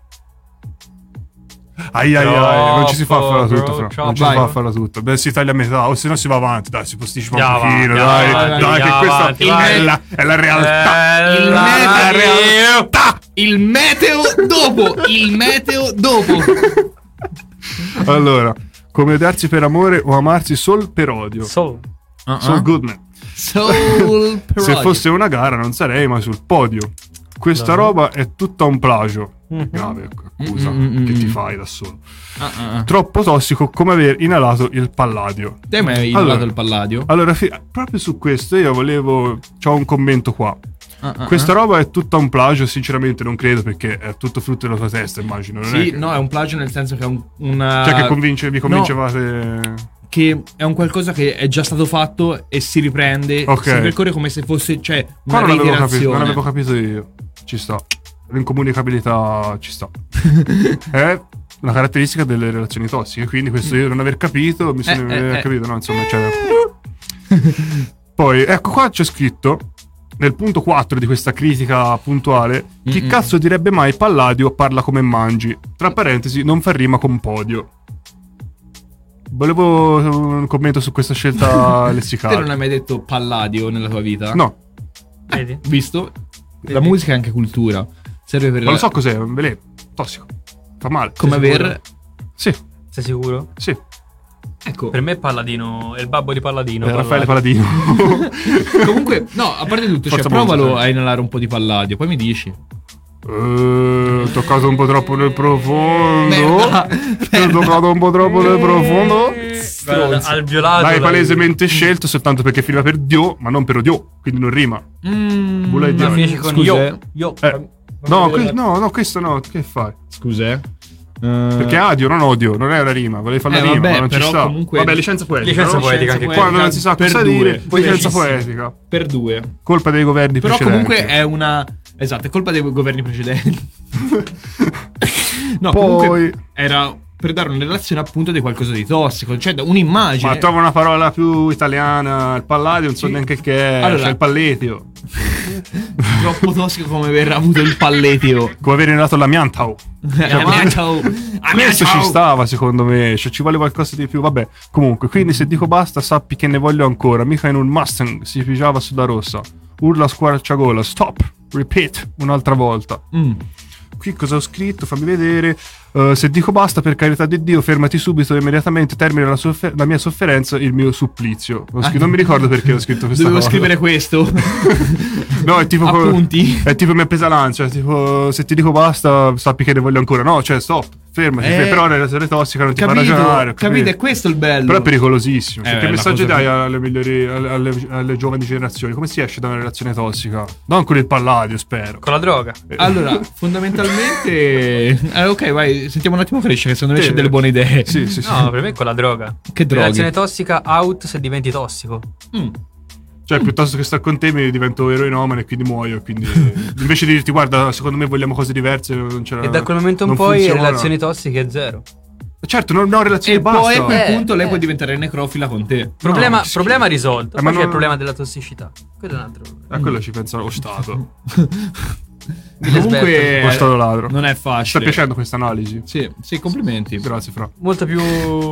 Ai ai ai, non ci si fa a farla Troppo, tutta, Fra. bro, Non ci si vai. fa a farla tutta. Beh, si taglia a metà, o se no si va avanti. Dai, si posticipa un Andiamo pochino. avanti, Dai, andiamo dai, avanti, che andiamo questa avanti, è vai. la, è la realtà. Eh, Il la meteo- realtà. Il meteo dopo! Il meteo dopo! Allora, come odiarsi per amore o amarsi sol per odio. So. Uh-uh. Sol Goodman. Soul Se Parade. fosse una gara non sarei mai sul podio. Questa roba è tutta un plagio. Mhm. Grave accusa Mm, mm, mm, che mm. ti fai da solo. Ah, ah, ah. Troppo tossico come aver inalato il palladio. Te mi hai Allora. inalato il palladio? Allora, fi- proprio su questo io volevo... C'ho un commento qua. Ah, ah, Questa ah. roba è tutta un plagio, sinceramente non credo, perché è tutto frutto della tua testa, immagino. Non Sì, è che... no, è un plagio nel senso che è un, una... Cioè che convince, vi No, convincevate... che è un qualcosa che è già stato fatto e si riprende, Ok. si ripercorre come se fosse, cioè, Qua una non avevo, capito, reiterazione. non avevo capito io. Ci sta. L'incomunicabilità ci sta. È una caratteristica delle relazioni tossiche. Quindi questo io non aver capito, mi sono Eh, eh, eh, eh. capito, no, insomma, cioè... Poi, ecco qua c'è scritto, nel punto quattro di questa critica puntuale, chi Mm-mm. cazzo direbbe mai Palladio parla come mangi? Tra parentesi, non fa rima con podio. Volevo un commento su questa scelta Te non lessicale. hai mai detto palladio nella tua vita? No, Vedi? Visto? La Vedi? musica è anche cultura. Serve per... ma lo so cos'è, è un veleno, tossico. Fa male. come sei aver... Sì, Sei sicuro? sì. Ecco. Per me è Palladino, è il babbo di Palladino. Eh, Raffaele Palladino. Comunque, no, a parte tutto, cioè, Forza provalo Monza, a inalare un po' di Palladio, poi mi dici. Eh, ho toccato un po' troppo nel profondo. Merda. Ho toccato un po' troppo nel profondo. Guarda, al violato. L'hai l'hai- palesemente scelto soltanto perché finiva per Dio, ma non per Odio, quindi non rima. Mm, Vuole No, dire- finisce con Scusa, io. eh. Io. Eh, Fammi no, vedere que- la- no, no, questo no, che fai? Scusa, eh. Perché adio, non odio, non è una rima, volevi fare Eh, la rima, vabbè, ma non ci però sta. comunque- Vabbè, licenza poetica. Licenza no? poetica anche Licenza qua. Quando non si sa per cosa due. dire, Poi licenza benissimo. poetica. Per due. Colpa dei governi Però precedenti. comunque è una... Esatto, è colpa dei governi precedenti. No, Poi- comunque era per dare una relazione appunto di qualcosa di tossico, cioè un'immagine. Ma trova una parola più italiana, il palladio, non so Sì. neanche che è, Allora- cioè il palletio. Troppo tossico come aver avuto il palletio. Come avere dato l'amiantao. Amiantao. Questo ci stava secondo me, cioè ci vuole qualcosa di più, vabbè. Comunque, quindi se dico basta sappi che ne voglio ancora, mica in un Mustang si pigiava sulla rossa. Urla a squarciagola, stop, repeat, un'altra volta. Mm. Qui cosa ho scritto? Fammi vedere. Uh, se dico basta, per carità di Dio, fermati subito, immediatamente, termina la, soffer- la mia sofferenza, il mio supplizio. Ho scritto- non mi ricordo perché ho scritto questa Dovevo cosa. scrivere questo. No, è tipo Appunti. È tipo mi pesa lancia, tipo se ti dico basta, sappi che ne voglio ancora. No, cioè stop, fermati, Eh, però la relazione tossica non ti capito, fa ragionare. ho capito, è questo il bello. Però è pericolosissimo. Cioè, Eh, che la messaggio cosa dai più- alle migliori alle, alle- alle giovani generazioni? Come si esce da una relazione tossica? Non con il palladio, spero. Con la droga. Allora, fondamentalmente eh, ok, vai, sentiamo un attimo Frescia che secondo me Sì. c'è delle buone idee. Sì, sì, sì. No, per me è con la droga. Che droghe? Relazione tossica out se diventi tossico. Mm. Cioè, piuttosto che star con te mi divento eroinomane e quindi muoio. Quindi invece di dirti guarda, secondo me vogliamo cose diverse, non c'era. E da quel momento in non poi funziona. relazioni tossiche è zero. Certo, non ho relazioni E basta. poi a quel Eh, punto lei eh. può diventare necrofila con te. Problema, che schifo. problema risolto. Eh, Poi ma c'è non- il problema della tossicità. Quello è un altro problema. A quello ci pensa lo Stato. Comunque Lo Stato ladro. non è Ti sta facile. piacendo questa analisi? Sì, sì, complimenti. Grazie, Fra. Molto più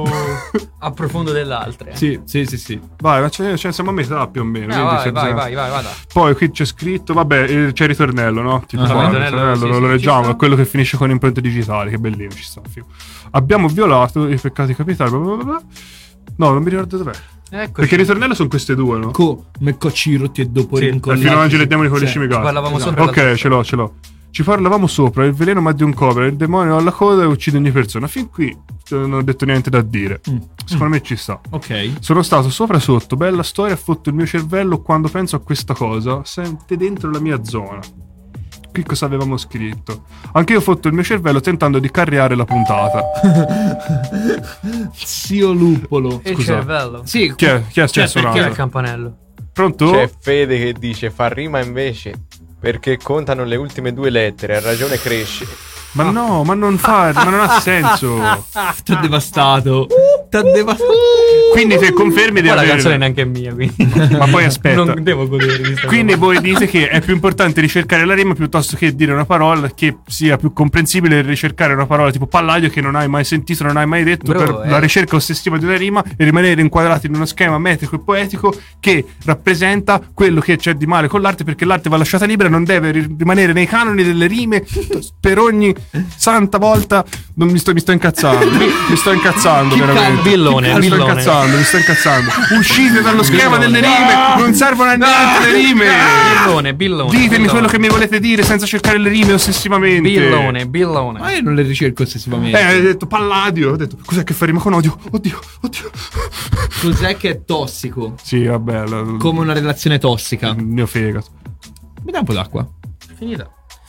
a profondo dell'altra. eh. Sì, sì, sì, sì. Vai, ma c'è, c'è, siamo a metà più o meno. No, quindi vai, c'è vai, bisogno- vai, vai, vada. Poi qui c'è scritto, vabbè, il- c'è il ritornello, no? Tipo, Ah, qua, il il ritornello, ritornello, sì, lo, sì, lo ci leggiamo, sta. è quello che finisce con impronte digitali, che bellino, ci sta. figo. Abbiamo violato i peccati capitali. bla bla bla bla. No, non mi ricordo dov'è. Eccoci. Perché il ritornello sono queste due, no? Come Cocirotti e dopo Sì, rincollati. Fino angeli e demoni con le Sì. scimmiate. Ci parlavamo sopra Ok, l'altro ce l'ho, ce l'ho. Ci parlavamo sopra, il veleno ma di un cobra, il demonio alla coda e uccide ogni persona. Fin qui eh, non ho detto niente da dire. Mm. Secondo me ci sta. Ok. Sono stato sopra sotto, bella storia, ha fotto il mio cervello quando penso a questa cosa, sente dentro la mia zona. Qui cosa avevamo scritto? Anche io ho fotto il mio cervello tentando di carriare la puntata. Zio Luppolo. E il Scusa. cervello. Sì, Chi è? Chi è Cioè, suonato? Chi è perché- il campanello? Pronto? C'è Fede che dice fa rima invece perché contano le ultime due lettere, ha ragione cresce. Ma no, ma non fa, ma non ha senso. T'ha devastato. T'ha devastato. Quindi te confermi di Poi la avere... canzone neanche è mia, quindi. Ma poi aspetta. Non devo godere di sta Quindi cosa. voi dite che è più importante ricercare la rima piuttosto che dire una parola che sia più comprensibile, ricercare una parola tipo palladio che non hai mai sentito, non hai mai detto, Bro, per eh. la ricerca ossessiva di una rima e rimanere inquadrati in uno schema metrico e poetico che rappresenta quello che c'è di male con l'arte, perché l'arte va lasciata libera, non deve ri- rimanere nei canoni delle rime per ogni santa volta. Non mi sto, mi sto incazzando, mi, mi sto incazzando veramente. Billone, mi sto billone. incazzando, mi sto incazzando. Uscite dallo schema delle rime, non servono a niente le rime. Billone, billone. Ditemi billone. quello che mi volete dire senza cercare le rime ossessivamente. Billone, billone. Ma io non le ricerco ossessivamente. Eh, hai detto palladio. Ho detto, cos'è che fa rima con odio? Oddio, oddio. Cos'è che è tossico? Sì, vabbè. la- Come una relazione tossica. il mio fegato. Mi dai un po' d'acqua? Finita.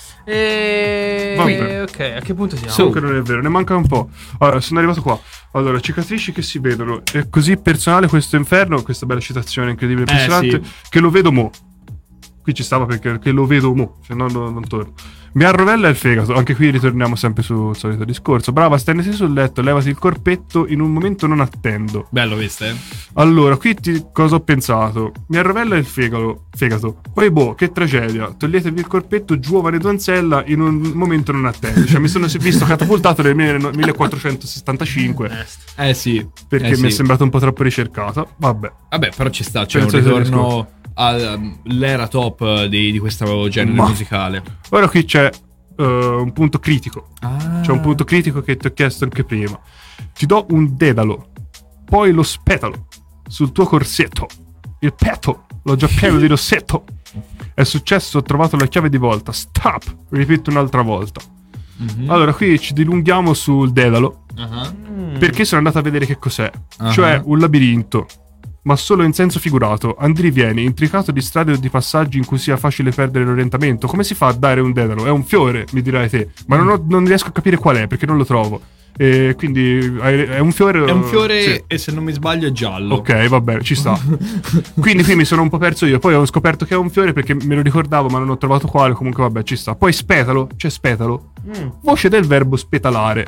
E... Vabbè. Ok, a che punto siamo? Comunque non è vero, ne manca un po'. Allora, sono arrivato qua. Allora, cicatrici che si vedono. È così personale questo inferno. Questa bella citazione incredibile e Eh, impressionante. sì. Che lo vedo mo. Qui ci stava perché, perché lo vedo mo. Cioè, non, non, non torno. Mi arrovella il fegato. Anche qui ritorniamo sempre sul solito discorso. Brava, stenditi sul letto, levati il corpetto. In un momento non attendo. Bello questo, eh? Allora, qui ti, cosa ho pensato? Mi arrovella il fegato, fegato. Poi boh, che tragedia. Toglietevi il corpetto, giovane donzella, in un momento non attendo. Cioè mi sono visto catapultato nel millequattrocentosessantacinque Eh sì. perché eh mi sì. è sembrato un po' troppo ricercato. Vabbè. Vabbè, però ci sta. C'è un Penso sia il ritorno all'era top di, di questo genere Ma- musicale. Ora qui c'è uh, un punto critico. Ah. C'è un punto critico che ti ho chiesto anche prima. Ti do un dedalo. poi lo spetalo sul tuo corsetto. Il petto l'ho già pieno di rossetto. È successo, ho trovato la chiave di volta. Stop, ripeto un'altra volta. Mm-hmm. Allora, qui ci dilunghiamo sul Dedalo. Uh-huh. Perché sono andato a vedere che cos'è. Uh-huh. Cioè un labirinto, ma solo in senso figurato. Andri vieni, intricato di strade o di passaggi in cui sia facile perdere l'orientamento. Come si fa a dare un Dedalo? È un fiore, mi dirai te. Ma non, ho, non riesco a capire qual è, perché non lo trovo. E quindi è un fiore. È un fiore, sì. E se non mi sbaglio è giallo. Ok, va bene, ci sta. Quindi qui mi sono un po' perso io. Poi ho scoperto che è un fiore perché me lo ricordavo, ma non ho trovato quale. Comunque vabbè, ci sta. Poi spetalo, c'è spetalo. Mm. Voce del verbo spetalare.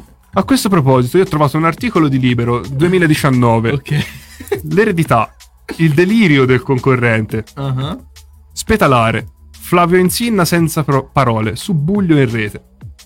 A questo proposito io ho trovato un articolo di Libero duemiladiciannove. Ok. L'eredità, il delirio del concorrente. Uh-huh. Spetalare. Flavio Insinna senza pro- parole, su Buglio in rete.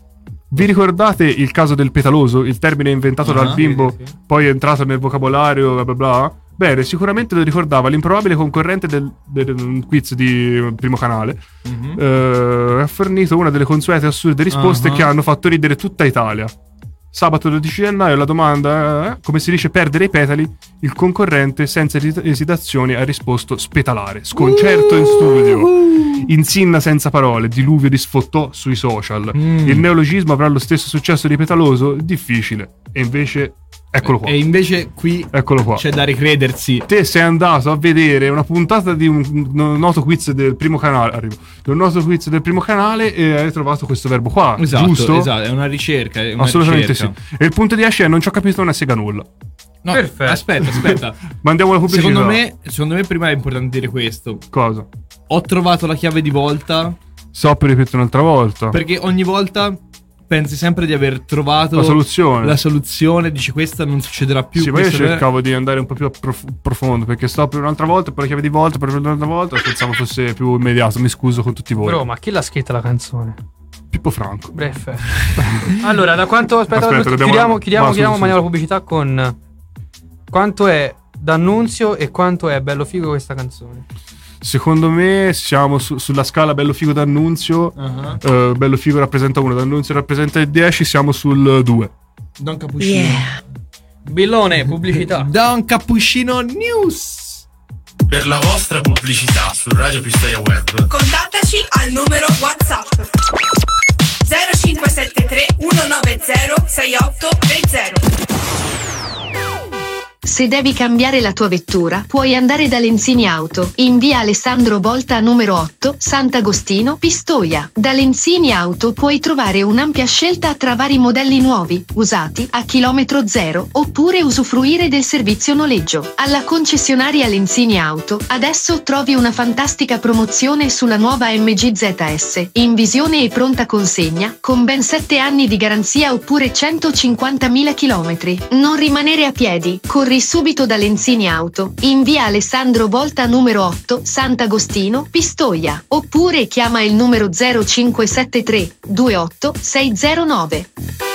Vi ricordate il caso del petaloso? Il termine inventato uh-huh, dal bimbo, sì, sì. Poi è entrato nel vocabolario, bla bla bla? Bene, sicuramente lo ricordava l'improbabile concorrente del, del quiz di Primo Canale. Uh-huh. Eh, ha fornito una delle consuete assurde risposte uh-huh. che hanno fatto ridere tutta Italia. Sabato dodici gennaio la domanda, eh, come si dice perdere i petali, il concorrente senza esitazioni ha risposto spetalare. Sconcerto uh, in studio. Uh. Insinna senza parole, diluvio di sfottò sui social. Mm. Il neologismo avrà lo stesso successo di petaloso? Difficile. E invece, eccolo qua. E invece qui eccolo qua. C'è da ricredersi. Te sei andato a vedere una puntata di un noto quiz del Primo Canale, arrivo, di un noto quiz del Primo Canale e hai trovato questo verbo qua, esatto, giusto? Esatto, è una ricerca. È una Assolutamente ricerca. Sì. E il punto di esce è non ci ho capito una sega nulla. No, perfetto. Aspetta, aspetta. Mandiamo la pubblicità. Secondo me, secondo me prima è importante dire questo. Cosa? Ho trovato la chiave di volta. So, per ripetere un'altra volta. Perché ogni volta pensi sempre di aver trovato la soluzione. La soluzione, dici questa non succederà più. Sì, ma io cercavo è... di andare un po' più prof- profondo. Perché sto per un'altra volta, poi la chiave di volta, per un'altra volta. Pensavo fosse più immediato. Mi scuso con tutti voi. Bro, ma chi l'ha scritta la canzone? Pippo Franco. Bref. Allora, da quanto. Aspetta, aspetta dobbiamo, chiudiamo, chiudiamo, chiudiamo mandiamo la pubblicità con quanto è D'Annunzio e quanto è bello figo questa canzone. Secondo me siamo su, sulla scala bello figo D'Annunzio. Uh-huh. uh, Bello figo rappresenta uno, D'Annunzio rappresenta il dieci, siamo sul due. Don Cappuccino. Yeah. Billone, pubblicità. Don Cappuccino News. Per la vostra pubblicità su Radio Pistoia Web, contattaci al numero WhatsApp zero cinque sette tre uno nove zero sei otto tre zero. Se devi cambiare la tua vettura, puoi andare da Lenzini Auto, in via Alessandro Volta numero otto, Sant'Agostino, Pistoia. Da Lenzini Auto puoi trovare un'ampia scelta tra vari modelli nuovi, usati, a chilometro zero, oppure usufruire del servizio noleggio. Alla concessionaria Lenzini Auto, adesso trovi una fantastica promozione sulla nuova M G Z S, in visione e pronta consegna, con ben sette anni di garanzia oppure centocinquantamila chilometri. Non rimanere a piedi, corri subito da Lenzini Auto, in via Alessandro Volta numero otto, Sant'Agostino, Pistoia, oppure chiama il numero zero cinque sette tre due otto sei zero nove.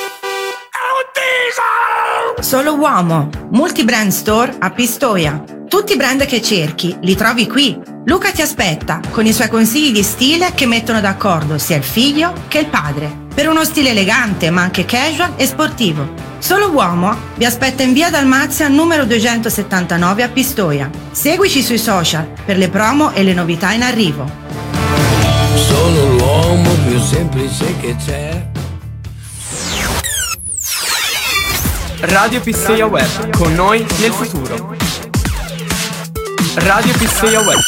Solo Uomo, Multibrand Store a Pistoia. Tutti i brand che cerchi li trovi qui. Luca ti aspetta con i suoi consigli di stile che mettono d'accordo sia il figlio che il padre, per uno stile elegante ma anche casual e sportivo. Solo Uomo vi aspetta in via Dalmazia numero duecentosettantanove a Pistoia. Seguici sui social per le promo e le novità in arrivo. Sono l'uomo più semplice che c'è. Radio Pistoia Web, con noi nel futuro. Radio Pistoia Web.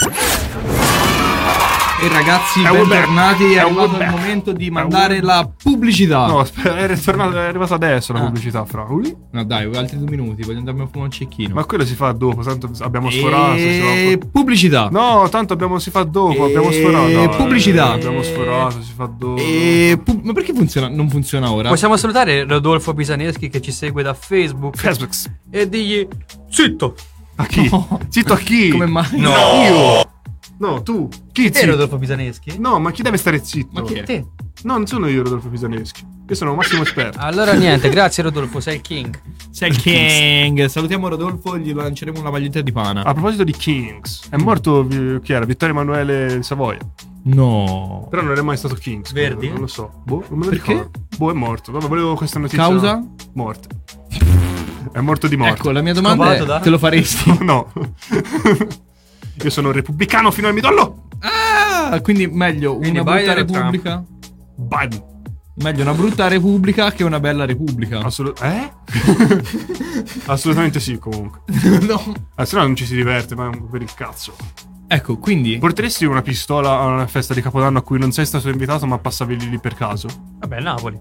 E ragazzi, è bentornati, è, è arrivato il momento di mandare la pubblicità. No, aspetta, è, ritornato, è arrivata adesso la ah. pubblicità, fra. Uh. No dai, altri due minuti, voglio andare a fumare un cecchino. Ma quello si fa dopo, tanto abbiamo sforato. E fa... pubblicità. No, tanto abbiamo, si fa dopo, e... abbiamo sforato. E pubblicità. Eh, abbiamo sforato, si fa dopo. E pu- ma perché funziona? Non funziona ora? Possiamo salutare Rodolfo Pisaneschi che ci segue da Facebook. Facebook. E digli zitto. A chi? No. Zitto a chi? Come mai? No. Io. No, tu. Chi è Rodolfo Pisaneschi? No, ma chi deve stare zitto? Ma chi è? Te. No, non sono io Rodolfo Pisaneschi. Io sono un massimo esperto. Allora niente, grazie Rodolfo, sei il king. Sei il king. Salutiamo Rodolfo, gli lanceremo una maglietta di pana. A proposito di Kings, è morto, chi era? Vittorio Emanuele di Savoia. No. Però non è mai stato Kings. Verdi? Non lo so. Boh, non me lo Perché? ricordo. Boh, è morto. Vabbè, volevo questa notizia. Causa? Morte. È morto di morte. Ecco, la mia domanda Scovato è, da- te lo faresti? No. Io sono repubblicano fino al midollo. Ah, quindi meglio Quindi una brutta Biden o Trump? repubblica? Biden. Meglio una brutta repubblica che una bella repubblica. Assolut- eh? Assolutamente sì, comunque. No. Ah, se no non ci si diverte, ma è un po' per il cazzo. Ecco, quindi Porteresti una pistola a una festa di Capodanno a cui non sei stato invitato, ma passavi lì per caso? Vabbè, Napoli.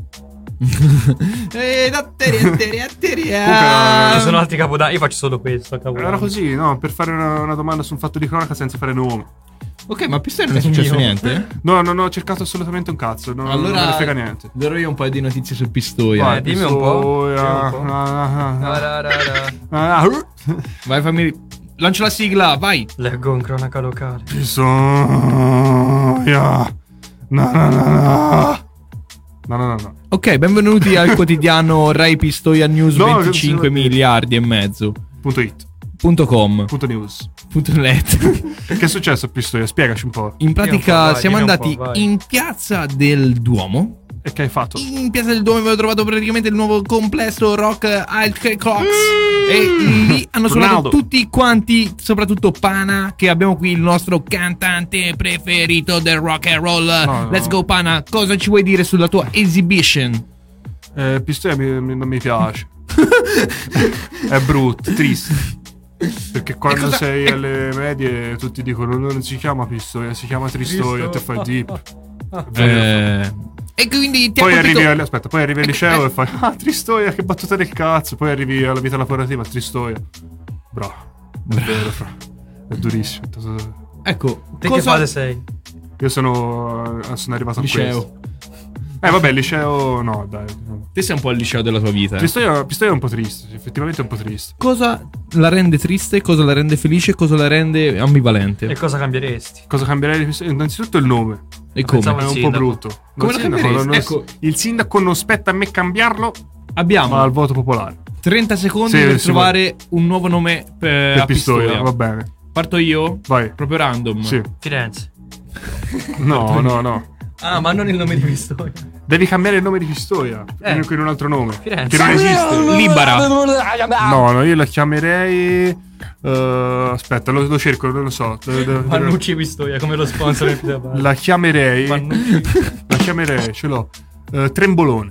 Eh, da teria, teria, teria. Ci Comunque, sono altri capodanni. Io faccio solo questo a Capodanno. era così, no? Per fare una, una domanda su un fatto di cronaca senza fare nome. Ok, ma a Pistoia non è successo Mio. niente? No, non ho cercato assolutamente un cazzo. Non, non me ne frega niente. darò io un paio di notizie su Pistoia. Vai, dimmi un po', Pistoia. dimmi un po'. Ah, ah, ah, Ra, ra, ra. ah, ah. Vai, fammi. Lancia la sigla, vai. Leggo in cronaca locale. Pistoia. No, no, no, no. No, no, no, no. Ok, benvenuti al quotidiano Rai Pistoia News No, venticinque che- miliardi e mezzo. Punto it. Punto com. Punto news. Punto net. Che è successo a Pistoia? Spiegaci un po'. In pratica vai, siamo dimmi un andati po', vai. in piazza del Duomo. E che hai fatto? In piazza del Duomo avevo trovato praticamente il nuovo complesso rock Alt Cox. E lì hanno suonato Ronaldo. tutti quanti, soprattutto Pana, che abbiamo qui il nostro cantante preferito del rock and roll. no. Let's go Pana, cosa ci vuoi dire sulla tua exhibition? Eh, Pistoia mi- mi- non mi piace. È brutto, triste. Perché quando cosa- sei e- alle medie tutti dicono non si chiama Pistoia, si chiama Tristoia, te fai deep. Eh, e quindi ti ha Poi colpito- arrivi, al- aspetta, poi arrivi al Eh, liceo eh. e fai ah Tristoia, che battuta del cazzo. Poi arrivi alla vita lavorativa, Tristoia. Bravo. È vero, fra. È durissimo. Ecco, Te che cosa... fase sei? Io sono sono arrivato a questo. Liceo. Eh vabbè, il liceo no, dai. Te sei un po' al liceo della tua vita. eh. Pistoia, Pistoia è un po' triste, effettivamente è un po' triste. Cosa la rende triste, cosa la rende felice, cosa la rende ambivalente? E cosa cambieresti? Cosa cambierei di Pistoia? Innanzitutto il nome. E come? Pensavo È il un po' sindaco. brutto. Come Il lo sindaco cambieresti? non- Ecco. Il sindaco non spetta a me cambiarlo, Abbiamo ma al voto popolare. trenta secondi Sì, per sì, trovare un nuovo nome per, Per a Pistoia, Pistoia. va bene. Parto io? Vai. Proprio random. Sì. Firenze. No, no, no. Ah, ma non il nome di Pistoia. Devi cambiare il nome di Pistoia. Eh. Vieni con un altro nome. Firenze. Che non esiste. Libera. No, no, io la chiamerei. eh, aspetta, lo, lo cerco, non lo so. De- de- de- Vannucci Pistoia come lo sponsor del Pizza Bar. La chiamerei. Vannucci. La chiamerei, ce l'ho. Eh, Trembolone.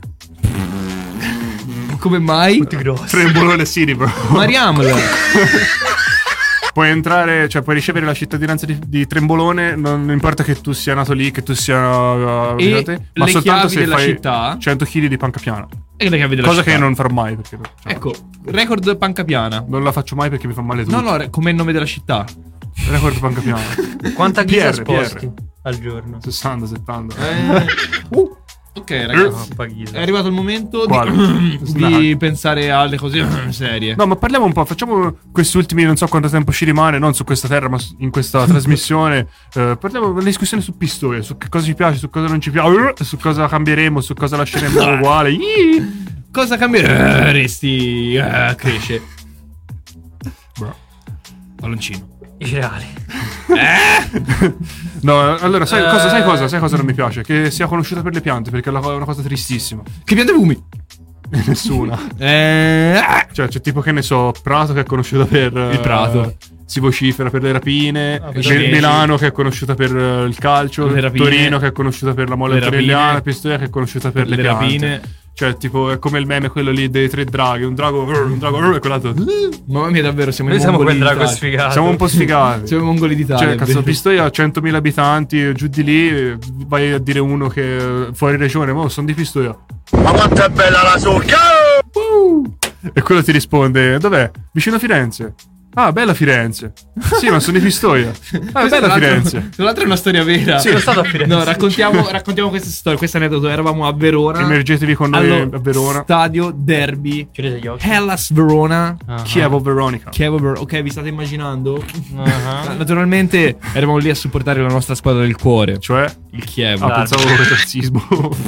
Come mai? Tutti grossi. Trembolone City, bro. Mariamolo. Puoi entrare, cioè puoi ricevere la cittadinanza di, di Trembolone, non importa che tu sia nato lì, che tu sia uh, E abitante, ma le soltanto chiavi se della fai città? cento chili di panca piana. E le chiavi della Cosa città. che io non farò mai perché cioè, Ecco, record panca piana. non la faccio mai perché mi fa male tutto. No, no, re- come il nome della città. Record panca piana. Quanta ghisa P R, sposti P R. al giorno? sessanta, settanta. Eh. Uh, ok, ragazzi. No, Ghisa. È arrivato il momento Quale? di, di Snack. pensare alle cose serie. No, ma parliamo un po', facciamo questi ultimi, non so quanto tempo ci rimane, non su questa terra, ma su- in questa trasmissione. Eh, parliamo una discussione su Pistoia, su che cosa ci piace, su cosa non ci piace, su cosa cambieremo, su cosa lasceremo uguale. Iii. Cosa cambieresti? Eh, cresce. Bro. Palloncino. I cereali. No, allora, sai Eh. cosa, sai cosa? Sai cosa non mi piace? Che sia conosciuta per le piante, perché è una co- una cosa tristissima. Che piante fumi? Nessuna. Eh, Cioè, c'è tipo, che ne so, Prato che è conosciuta per... Il Prato. eh, si vocifera per le rapine, Ah, Mi- per le- Milano che è conosciuta per eh, il calcio, Le rapine. Torino che è conosciuta per la molla Le rapine. antonelliana, Pistoia che è conosciuta per le, Le piante. rapine. Cioè, tipo, è come il meme quello lì dei tre draghi, un drago, un drago e quell'altro. Mamma mia, davvero, siamo Noi i siamo mongoli quel drago d'Italia. sfigato. Siamo un po' sfigati. Siamo i mongoli d'Italia. Cioè, cazzo, vero. Pistoia ha centomila abitanti, giù di lì vai a dire uno che eh, fuori regione, ma sono di Pistoia. Ma quanto è bella la succa! E quello ti risponde: dov'è? Vicino a Firenze. Ah, bella Firenze. Sì, ma sono di Pistoia. Ah, Questa, bella tra l'altro- Firenze. Tra l'altro è una storia vera. Sono stato a Firenze. No, raccontiamo, raccontiamo questa storia, questo aneddoto. Eravamo a Verona. Immergetevi con noi allo a Verona. stadio derby Chiudete gli occhi. Hellas Verona. Ah. Chievo Veronica. Chievo Ver- ok, vi state immaginando? Ah. Naturalmente eravamo lì a supportare la nostra squadra del cuore, Cioè? il Chievo. Ah, pensavo che razzismo.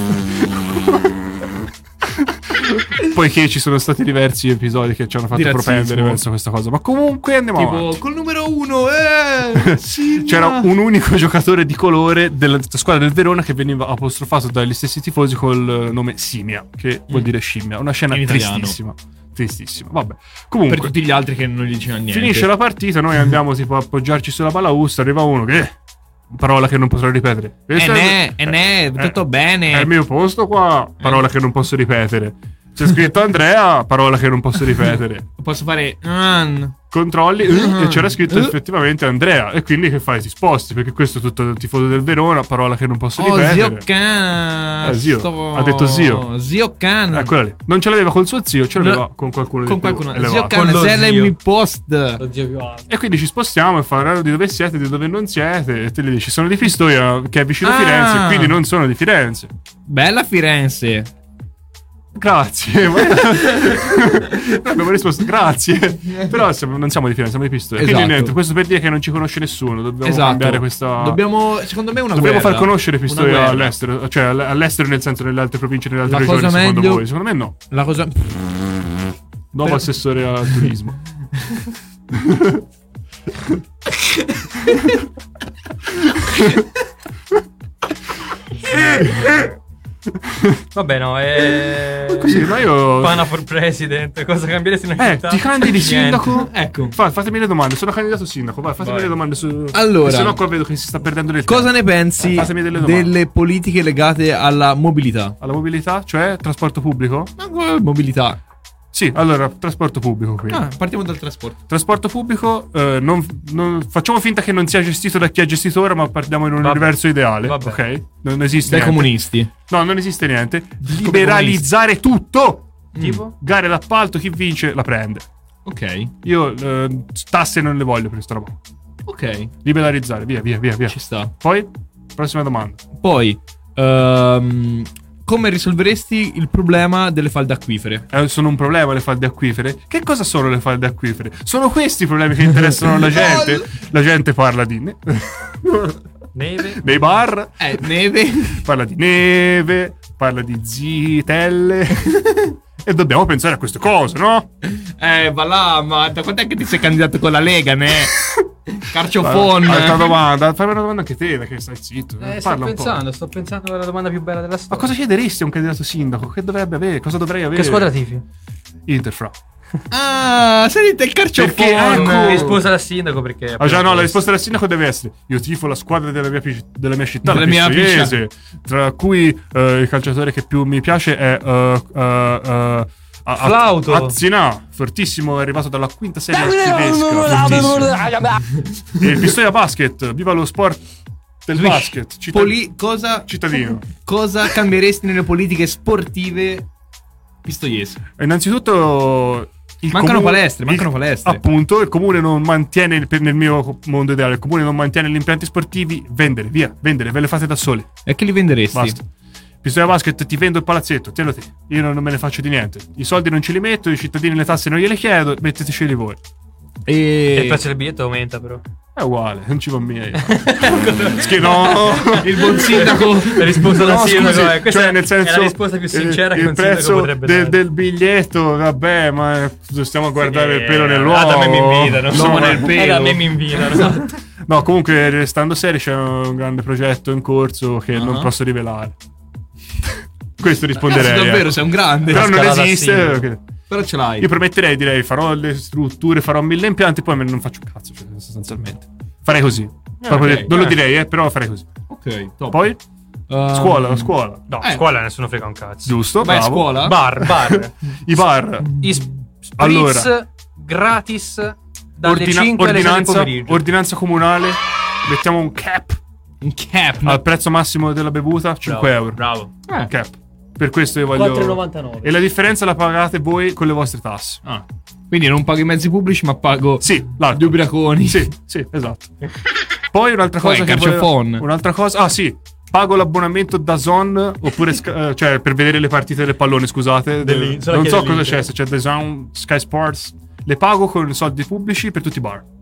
Poiché ci sono stati diversi episodi che ci hanno fatto Di razzismo. propendere verso questa cosa. Ma comunque andiamo Tipo avanti. col numero uno, eh! c'era un unico giocatore di colore della squadra del Verona che veniva apostrofato dagli stessi tifosi col nome Simia, che vuol dire scimmia. Una scena In italiano. tristissima. Tristissima. Vabbè. Comunque, Per tutti gli altri che non gli dicevano niente. finisce la partita, noi andiamo tipo a appoggiarci sulla balaustra, arriva uno che parola che non potrò ripetere. E Questo ne, e ne, tutto bene. È il mio posto qua, parola che non posso ripetere. C'è scritto Andrea, parola che non posso ripetere. Posso fare mm. Controlli eh, Mm. e c'era scritto Uh. effettivamente Andrea. E quindi che fai? Ti sposti, perché questo è tutto il tifoso del Verona, parola che non posso Oh, ripetere. zio Can. Eh, zio. Sto- Ha detto zio. Zio Can. Eh, quella lì. Non ce l'aveva col suo zio, ce l'aveva No. con qualcuno Con di più qualcuno. elevato. Zio Can, Con lo se lei zio. mi post. Lo zio più alto. E quindi ci spostiamo e fa di dove siete, di dove non siete. E te gli dici sono di Pistoia, che è vicino a Ah. Firenze, quindi non sono di Firenze. Bella Firenze. Grazie. Ma- abbiamo risposto grazie. Però siamo- non siamo di Firenze, siamo di Pistoia. Esatto. Quindi niente, questo per dire che non ci conosce nessuno. Dobbiamo Esatto. cambiare questa. Dobbiamo, secondo me, una Dobbiamo guerra. far conoscere Una Pistoia guerra. all'estero. Cioè all- all'estero nel senso nelle altre province, nelle altre La regioni. cosa Secondo meglio- voi? Secondo me no. La cosa. Nuovo Per- assessore al turismo. Vabbè, no, è. Così, ma io. Pana for president. Cosa cambieresti in una Eh, città? ti candidi Niente. sindaco? Ecco. Fa- fatemi le domande. Sono candidato sindaco. Vai, fatemi Vai. le domande su. Allora. Se no, qua vedo che si sta perdendo del Cosa tempo. ne pensi Eh, fatemi delle domande. delle politiche legate alla mobilità? Alla mobilità, cioè trasporto pubblico? Ma- Mobilità. Sì, allora, trasporto pubblico qui. Ah, partiamo dal trasporto. Trasporto pubblico, eh, non, non- facciamo finta che non sia gestito da chi è gestito ora, ma parliamo in un Vabbè. universo ideale. Vabbè. Ok? Non esiste Dai niente. comunisti. No, non esiste niente. Liberalizzare tutto. Tipo? Gare d'appalto, chi vince la prende. Ok. Io eh, tasse non le voglio per questa roba. Ok. Liberalizzare, via, via, via, via. Ci sta. Poi, prossima domanda. Poi, ehm, come risolveresti il problema delle falde acquifere? Eh, sono un problema le falde acquifere? Che cosa sono le falde acquifere? Sono questi i problemi che interessano la gente? La gente parla di ne- Neve. nei bar, Eh, neve. parla di neve, parla di zitelle. E dobbiamo pensare a queste cose, no? Eh, va là, ma da quant'è che ti sei candidato con la Lega, ne? Carciofon. Altra domanda, fammi una domanda anche te, che stai zitto. Eh, sto Parla un po'. pensando, sto pensando alla domanda più bella della Ma storia. cosa chiederesti a un candidato sindaco? Che dovrebbe avere? Cosa dovrei avere? Che squadra tifi? Interfra. Ah, sentite il carciofon. Perché, ecco. Risposta da sindaco perché. Ah già no, la risposta del sindaco deve essere: io tifo la squadra della mia, pi- della mia città, Della la mia Pistoiese, tra cui eh, il calciatore che più mi piace è eh, eh, eh, A- A- Flauto. Azzina, fortissimo, è arrivato dalla quinta serie tedesca. fortissimo. E il Pistoia Basket, viva lo sport del basket. Città- Poli- cosa, cittadino. cosa cambieresti nelle politiche sportive pistoiesi? Innanzitutto il Mancano comune- palestre, mancano il- palestre. Appunto, il comune non mantiene, il- nel mio mondo ideale, il comune non mantiene gli impianti sportivi, vendere, via, vendere, ve le fate da soli. E che li venderesti? Basta. Pistoia Basket, ti vendo il palazzetto, tienilo te. Io non, non me ne faccio di niente. I soldi non ce li metto, i cittadini le tasse non gliele chiedo, metteteceli voi. E E il prezzo del biglietto aumenta però. È uguale, non ci va mia. Schi- no. il buon sindaco. La risposta da No, sindaco scusi, è questa cioè, è- nel senso, è la risposta più sincera il, che un il sindaco prezzo potrebbe del- dare. del biglietto, vabbè, ma stiamo a guardare Sì, il pelo ah, nell'uovo. da me mi invitano. Insomma, L'uomo nel pelo. Eh, da me mi invitano, esatto. No, comunque, restando seri, c'è un grande progetto in corso che non Ah. posso rivelare. Questo risponderei. Cazzo, davvero, ecco. sei un grande. Però non Scalata esiste. sindaco. perché- Però ce l'hai. Io prometterei, direi, farò le strutture, farò mille impianti, poi me ne non faccio un cazzo, cioè, sostanzialmente. Farei così. Proprio ok, de- non lo eh. direi, eh, però farei così. Ok, top. Poi, Um, scuola, la scuola. No, Eh. scuola nessuno frega un cazzo. Giusto, Vai a bravo. scuola? Bar, bar. I bar. I sp- spritz Allora. gratis dalle Ordina- cinque alle sei del ordinanza, pomeriggio. ordinanza comunale. Mettiamo un cap Un cap. al prezzo massimo della bevuta, cinque euro. Bravo. Eh. Cap. Per questo io voglio. quattro e novantanove. E la differenza la pagate voi con le vostre tasse. Ah. Quindi non pago i mezzi pubblici, ma pago Sì, l'altro. gli ubriaconi. Sì, sì, esatto. Poi un'altra Poi cosa che Carciofon. volevo- Un'altra cosa. Ah, sì. Pago l'abbonamento da Zon oppure Sky- eh, cioè per vedere le partite del pallone, scusate. Dell'I- Del- solo non che so dell'Inter. cosa c'è, se c'è The Zone, Sky Sports. Le pago con soldi pubblici per tutti i bar.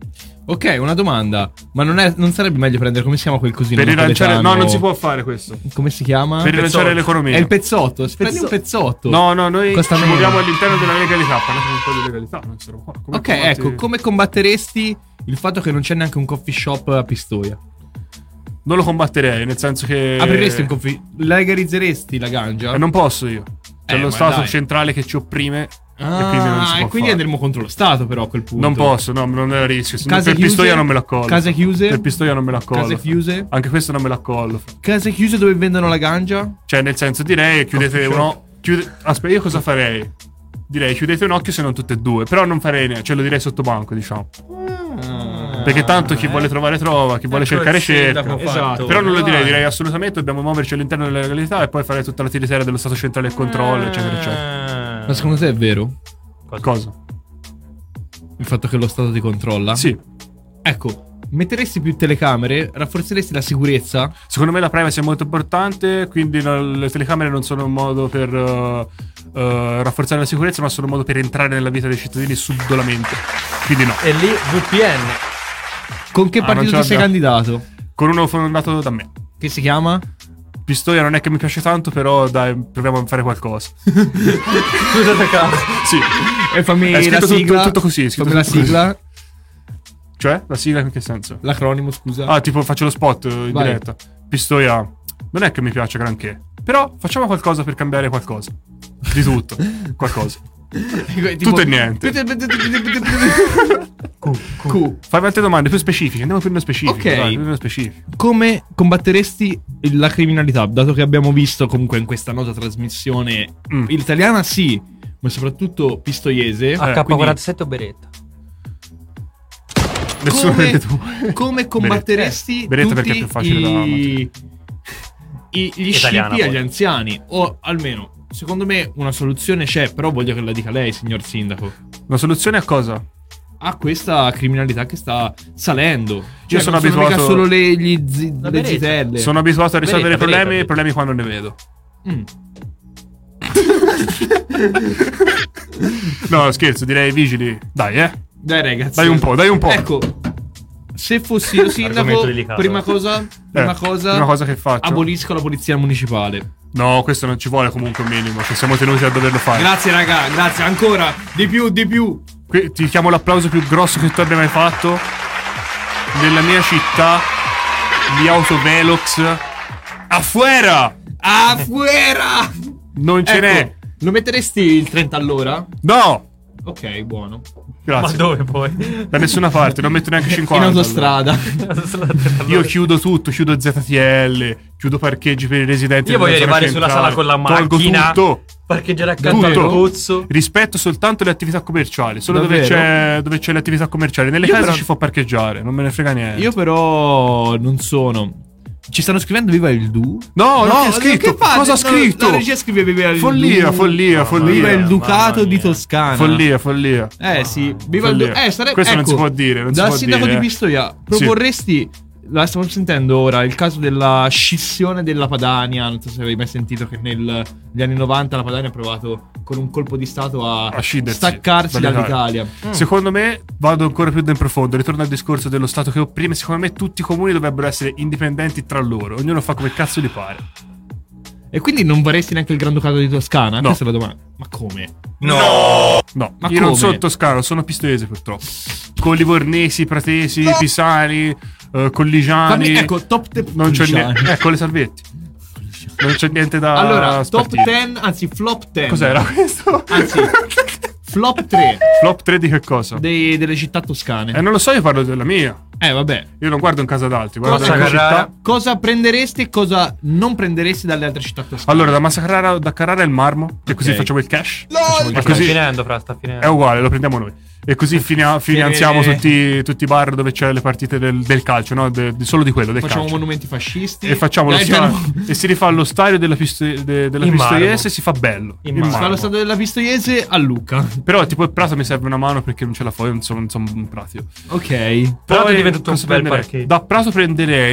Ok, una domanda. Ma non, è, non sarebbe meglio prendere, come si chiama quel cosino? Per rilanciare. napoletano? No, non si può fare questo. Come si chiama? Per rilanciare l'economia. È il pezzotto. Si prendi un pezzotto. No, no, noi Costa ci meno. muoviamo all'interno della legalità. Parlate un po' di legalità. Non sarò qua. Come Ok, combatti- ecco, come combatteresti il fatto che non c'è neanche un coffee shop a Pistoia? Non lo combatterei, nel senso che. Apriresti un coffee... Legalizzeresti la ganja? E non posso io. C'è Eh, lo ma Stato dai. centrale che ci opprime. Ah, e quindi non si e può quindi fare. andremo contro lo Stato, però a quel punto. Non posso, no, non è a rischio. Se- Case per chiuse? Pistoia non me l'accollo. Case chiuse? Per Pistoia non me l'accollo. Case chiuse? Anche questo non me l'accollo. Case chiuse dove vendono la ganja? Cioè, nel senso, direi chiudete Coffee uno. Chiude... Aspetta, io cosa farei? Direi chiudete un occhio se non tutte e due. Però non farei niente, ce lo direi sotto banco, diciamo. Perché tanto chi vuole trovare trova, chi vuole Ecco cercare il sindaco cerca. fatto. Esatto. Però non lo Vai. direi, direi assolutamente dobbiamo muoverci all'interno della legalità e poi fare tutta la tiritera dello Stato centrale e il controllo, eccetera, eccetera. Ma secondo te è vero? Cosa? Il fatto che lo Stato ti controlla? Sì. Ecco, metteresti più telecamere? Rafforzeresti la sicurezza? Secondo me la privacy è molto importante, quindi no, le telecamere non sono un modo per uh, uh, rafforzare la sicurezza, ma sono un modo per entrare nella vita dei cittadini subdolamente. Quindi no. E lì V P N. Con che Ah, non partito ce ti sei l'abbiamo. candidato? Con uno fondato da me. Che si chiama? Pistoia non è che mi piace tanto, però dai, proviamo a fare qualcosa. Scusa da caso. Sì. E fammi È la scritto tutto- sigla. tutto così, è scritto Fammi la tutto così. sigla. Cioè? La sigla in che senso? L'acronimo, scusa. Ah, tipo faccio lo spot in Vai. diretta. Pistoia non è che mi piace granché, però facciamo qualcosa per cambiare qualcosa. Di tutto. Qualcosa. Tutto e niente. Q. Fai altre domande più specifiche. Andiamo più nello specifico. Ok. dai, più nello specifico. Come combatteresti la criminalità? Dato che abbiamo visto comunque in questa nota trasmissione Mm. italiana, sì, ma soprattutto pistoiese. H K quarantasette o Beretta? Nessuno come, delle due. come combatteresti Beretta perché è tutti più facile da i, i, gli Italiana, scippi poi. agli anziani? O almeno, secondo me, una soluzione c'è, però voglio che la dica lei, signor sindaco. Una soluzione a cosa? A questa criminalità che sta salendo. Cioè, Io sono non mica abituato- solo le, gli zi- La le Beretta. zitelle. Sono abituato a risolvere Beretta, problemi, Beretta. i problemi quando ne vedo. Mm. No, scherzo, direi vigili. Dai, eh. Dai, ragazzi. Dai un po', dai un po'. Ecco, se fossi io sindaco, Argomento delicato. prima cosa, prima Eh, cosa, prima cosa che faccio? abolisco la polizia municipale. No, questo non ci vuole comunque un minimo. Ci siamo tenuti a doverlo fare. Grazie, raga, grazie. Ancora, di più, di più. Qui ti chiamo l'applauso più grosso che tu abbia mai fatto. Nella mia città, gli autovelox. Afuera! Afuera! Non ce Ecco, n'è. lo metteresti il trenta all'ora? No! Ok, buono. Grazie. Ma dove poi? Da nessuna parte, non metto neanche cinquanta. In autostrada. Io chiudo tutto, chiudo Z T L, chiudo parcheggi per i residenti. Io della voglio zona arrivare sulla centrale, sala con la Tolgo macchina. tutto. Parcheggiare accanto al Tutto. pozzo. Rispetto soltanto le attività commerciali. Solo dove Davvero? c'è, dove c'è le attività commerciali. Nelle Io case però- ci può parcheggiare, non me ne frega niente. Io però non sono. Ci stanno scrivendo viva il Du? No, non è scritto. che fate? Cosa ha No, scritto? La regia scrive viva il Follia, Du. follia, follia. Viva il Mamma Ducato mia. di Toscana. Follia, follia. Eh sì, viva il Follia. Du- eh, sare- Questo non ecco, si può dire, non si da può sindaco dire, di eh. Pistoia, proporresti. La stiamo sentendo ora, il caso della scissione della Padania. Non so se avevi mai sentito che nel- negli anni novanta la Padania ha provato con un colpo di stato a, A scindersi staccarsi dall'Italia. dall'Italia. Secondo me, vado ancora più in profondo. Ritorno al discorso dello Stato che opprime. Secondo me, tutti i comuni dovrebbero essere indipendenti tra loro. Ognuno fa come cazzo gli pare. E quindi non vorresti neanche il Granducato di Toscana? No. Questa è la domanda. Ma come? No, Ma io non come? sono toscano, sono pistoiese purtroppo. Con livornesi, pratesi, pisani, eh, colligiani. Fammi- ecco, top te- Non c'è colligiani. niente. Ecco le salvetti. Non c'è niente da Allora, top spartire. dieci, anzi flop dieci. Cos'era questo? Anzi, flop tre Flop tre di che cosa? dei- delle città toscane. Eh, non lo so, io parlo della mia. Eh, vabbè. Io non guardo in casa d'altri, guardo Massa nella mia Carrara. città. Cosa prenderesti e cosa non prenderesti dalle altre città toscane? Allora, da Massa Carrara, da Carrara il marmo, che così Ok. facciamo il cash. Ma Facciamo il- sta così finendo, fra, sta finendo. è uguale, lo prendiamo noi. E così finia- finanziamo Che- tutti, tutti i bar dove c'è le partite del, del calcio, no? De- di- solo di quello, del Facciamo calcio. monumenti fascisti. E facciamo lo Dai, stadio. già- E si rifà lo stadio della, Pisto- de- della In Pistoiese marmo. e si fa bello. In In marmo. Fa marmo. lo stadio della Pistoiese a Lucca. Però tipo il Prato mi serve una mano perché non ce la fai, non sono, non sono un pratio. Ok. Prato Poi diventa tutto un cosa bel prenderei? parcheggio. Da Prato prenderei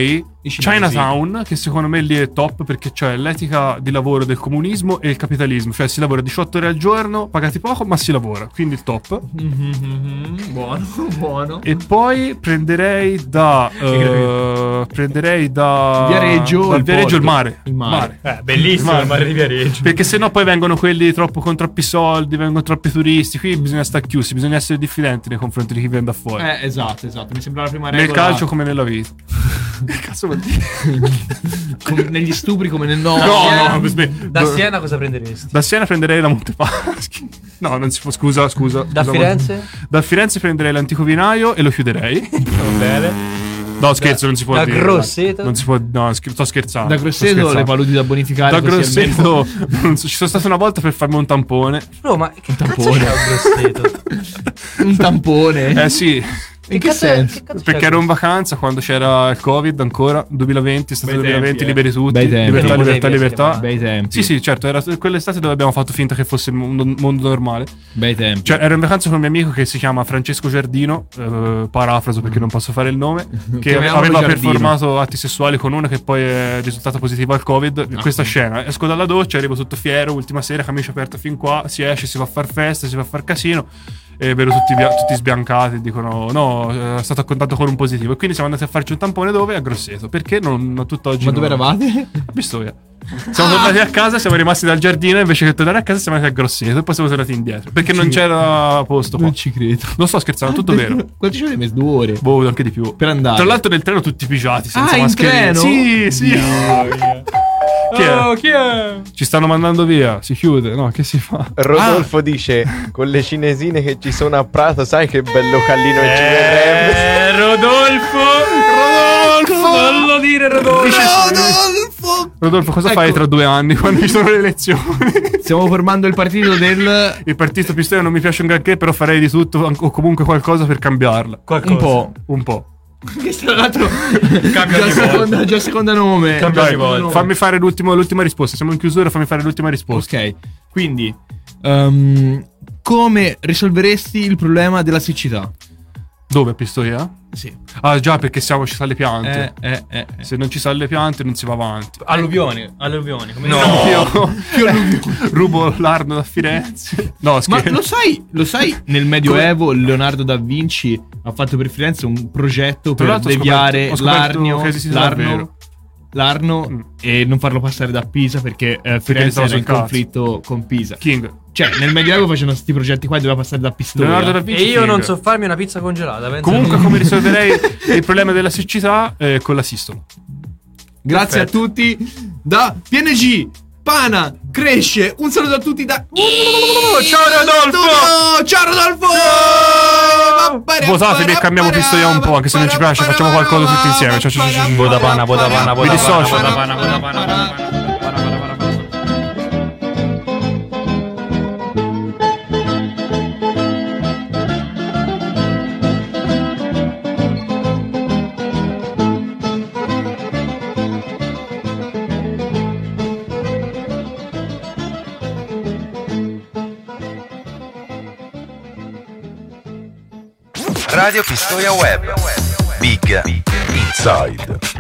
I cinesi. Chinatown, che secondo me lì è top perché c'è l'etica di lavoro del comunismo e il capitalismo, cioè si lavora diciotto ore al giorno, pagati poco, ma si lavora, quindi il top. Mm-hmm. Buono, buono. E poi prenderei da uh, prenderei da Viareggio, dal il Viareggio il porto. mare. Il mare. Eh, bellissimo il mare di Viareggio. Perché sennò poi vengono quelli troppo con troppi soldi, vengono troppi turisti. Qui bisogna stare chiusi, bisogna essere diffidenti nei confronti di chi viene da fuori. Eh, esatto, esatto. Mi sembra la prima Nel regola. calcio come nella vita. Che cazzo vuol dire? Come negli stupri come nel no. No, Siena- no, sm- Da do- Siena cosa prenderesti? Da Siena prenderei la Montepaschi. No, non si può, scusa, scusa. Da scusa, Firenze? Da Firenze prenderei l'antico vinaio e lo chiuderei. Va bene. No, scherzo, non si può da dire. Grosseto? Non si può, no, scher- sto scherzando. Da sto Grosseto scherzando. le paludi da bonificare. Da così almeno- Grosseto non so, ci sono stato una volta per farmi un tampone. No, ma che cazzo tampone. c'è a Grosseto? Un tampone. Eh sì, In che cazzo- senso? che cazzo c'è perché a ero in vacanza quando c'era il Covid ancora, duemilaventi, è stato Bei duemilaventi, tempi, eh. liberi tutti, Bei tempi. libertà, Non libertà, potevi libertà. essere Bei tempi. Sì, sì, certo, era quell'estate dove abbiamo fatto finta che fosse il mondo, mondo normale. Bei tempi. Cioè, ero in vacanza con un mio amico che si chiama Francesco Giardino, eh, parafraso perché non posso fare il nome, che Chiamiamolo aveva Giardino. performato atti sessuali con una che poi è risultata positiva al Covid. Questa scena, esco dalla doccia, arrivo tutto fiero, ultima sera, camicia aperta fin qua, si esce, si va a far festa, si va a far casino. E vedo tutti, via- tutti sbiancati, dicono no, eh, è stato a contatto con un positivo. E quindi siamo andati a farci un tampone dove? A Grosseto. Perché non, non tutt'oggi? Ma dove non- eravate? A Pistoia. Siamo tornati a casa, siamo rimasti dal giardino. Invece che tornare a casa siamo andati a Grosseto. E poi siamo tornati indietro. Perché non c'era posto qua. Non ci credo. Non sto scherzando, tutto vero. Quanti ci avete messo? Due ore? Boh, anche di più. Per andare. Tra l'altro nel treno tutti pigiati, senza Ah, in mascherine. treno? Sì, sì. Chi è? Oh, chi è? Ci stanno mandando via, si chiude. No, che si fa? Rodolfo dice: con le cinesine che ci sono a Prato, sai che bel localino che ci verrebbe. Eh, Rodolfo! Rodolfo! Non lo dire, Rodolfo! Rodolfo! Rodolfo, cosa Ecco. fai tra due anni quando ci sono le elezioni? Stiamo formando il partito del... Il partito Pistoia non mi piace un granché, però farei di tutto o comunque qualcosa per cambiarla. Qualcosa. Un po'. Un po'. Che tra l'altro Cambia già ogni seconda, già seconda nome. Cambia Già ogni seconda volta. nome. Fammi fare l'ultimo- l'ultima risposta. Siamo in chiusura, fammi fare l'ultima risposta. Ok, quindi ehm, come risolveresti il problema della siccità? Dove a Pistoia? Sì. Ah già, perché siamo, ci sono le piante. Eh, eh, eh, eh. Se non ci sono le piante non si va avanti. Alluvioni, alluvioni. Come No, io rubo l'arno da Firenze. No, Ma scherzo. lo sai, lo sai, nel Medioevo Leonardo da Vinci ha fatto per Firenze un progetto Tra per l'altro ho deviare scoperto- ho scoperto l'Arno, che esiste l'Arno, davvero. l'Arno Mm. e non farlo passare da Pisa perché eh, Firenze stava era in sul cazzo. conflitto con Pisa. King. Cioè, nel Medioevo facevano questi progetti qua e doveva passare da Pistoia. Leonardo da E Vinci. io King. non so farmi una pizza congelata. pensa. Comunque, come risolverei il problema della siccità? Eh, con la sistola. Grazie Perfetto. a tutti da P N G. Pana cresce. Un saluto a tutti da Ciao Rodolfo! Ciao Rodolfo! Votatemi e cambiamo Pistoia un po', anche se non ci piace, facciamo qualcosa tutti insieme. Ciao, ciao, ciao, ciao. Vota pana, vota pana, Mi vota pana, dissocio. vota pana, vota pana, vota pana, vota pana, vota pana. Radio Pistoia Web. Big Inside.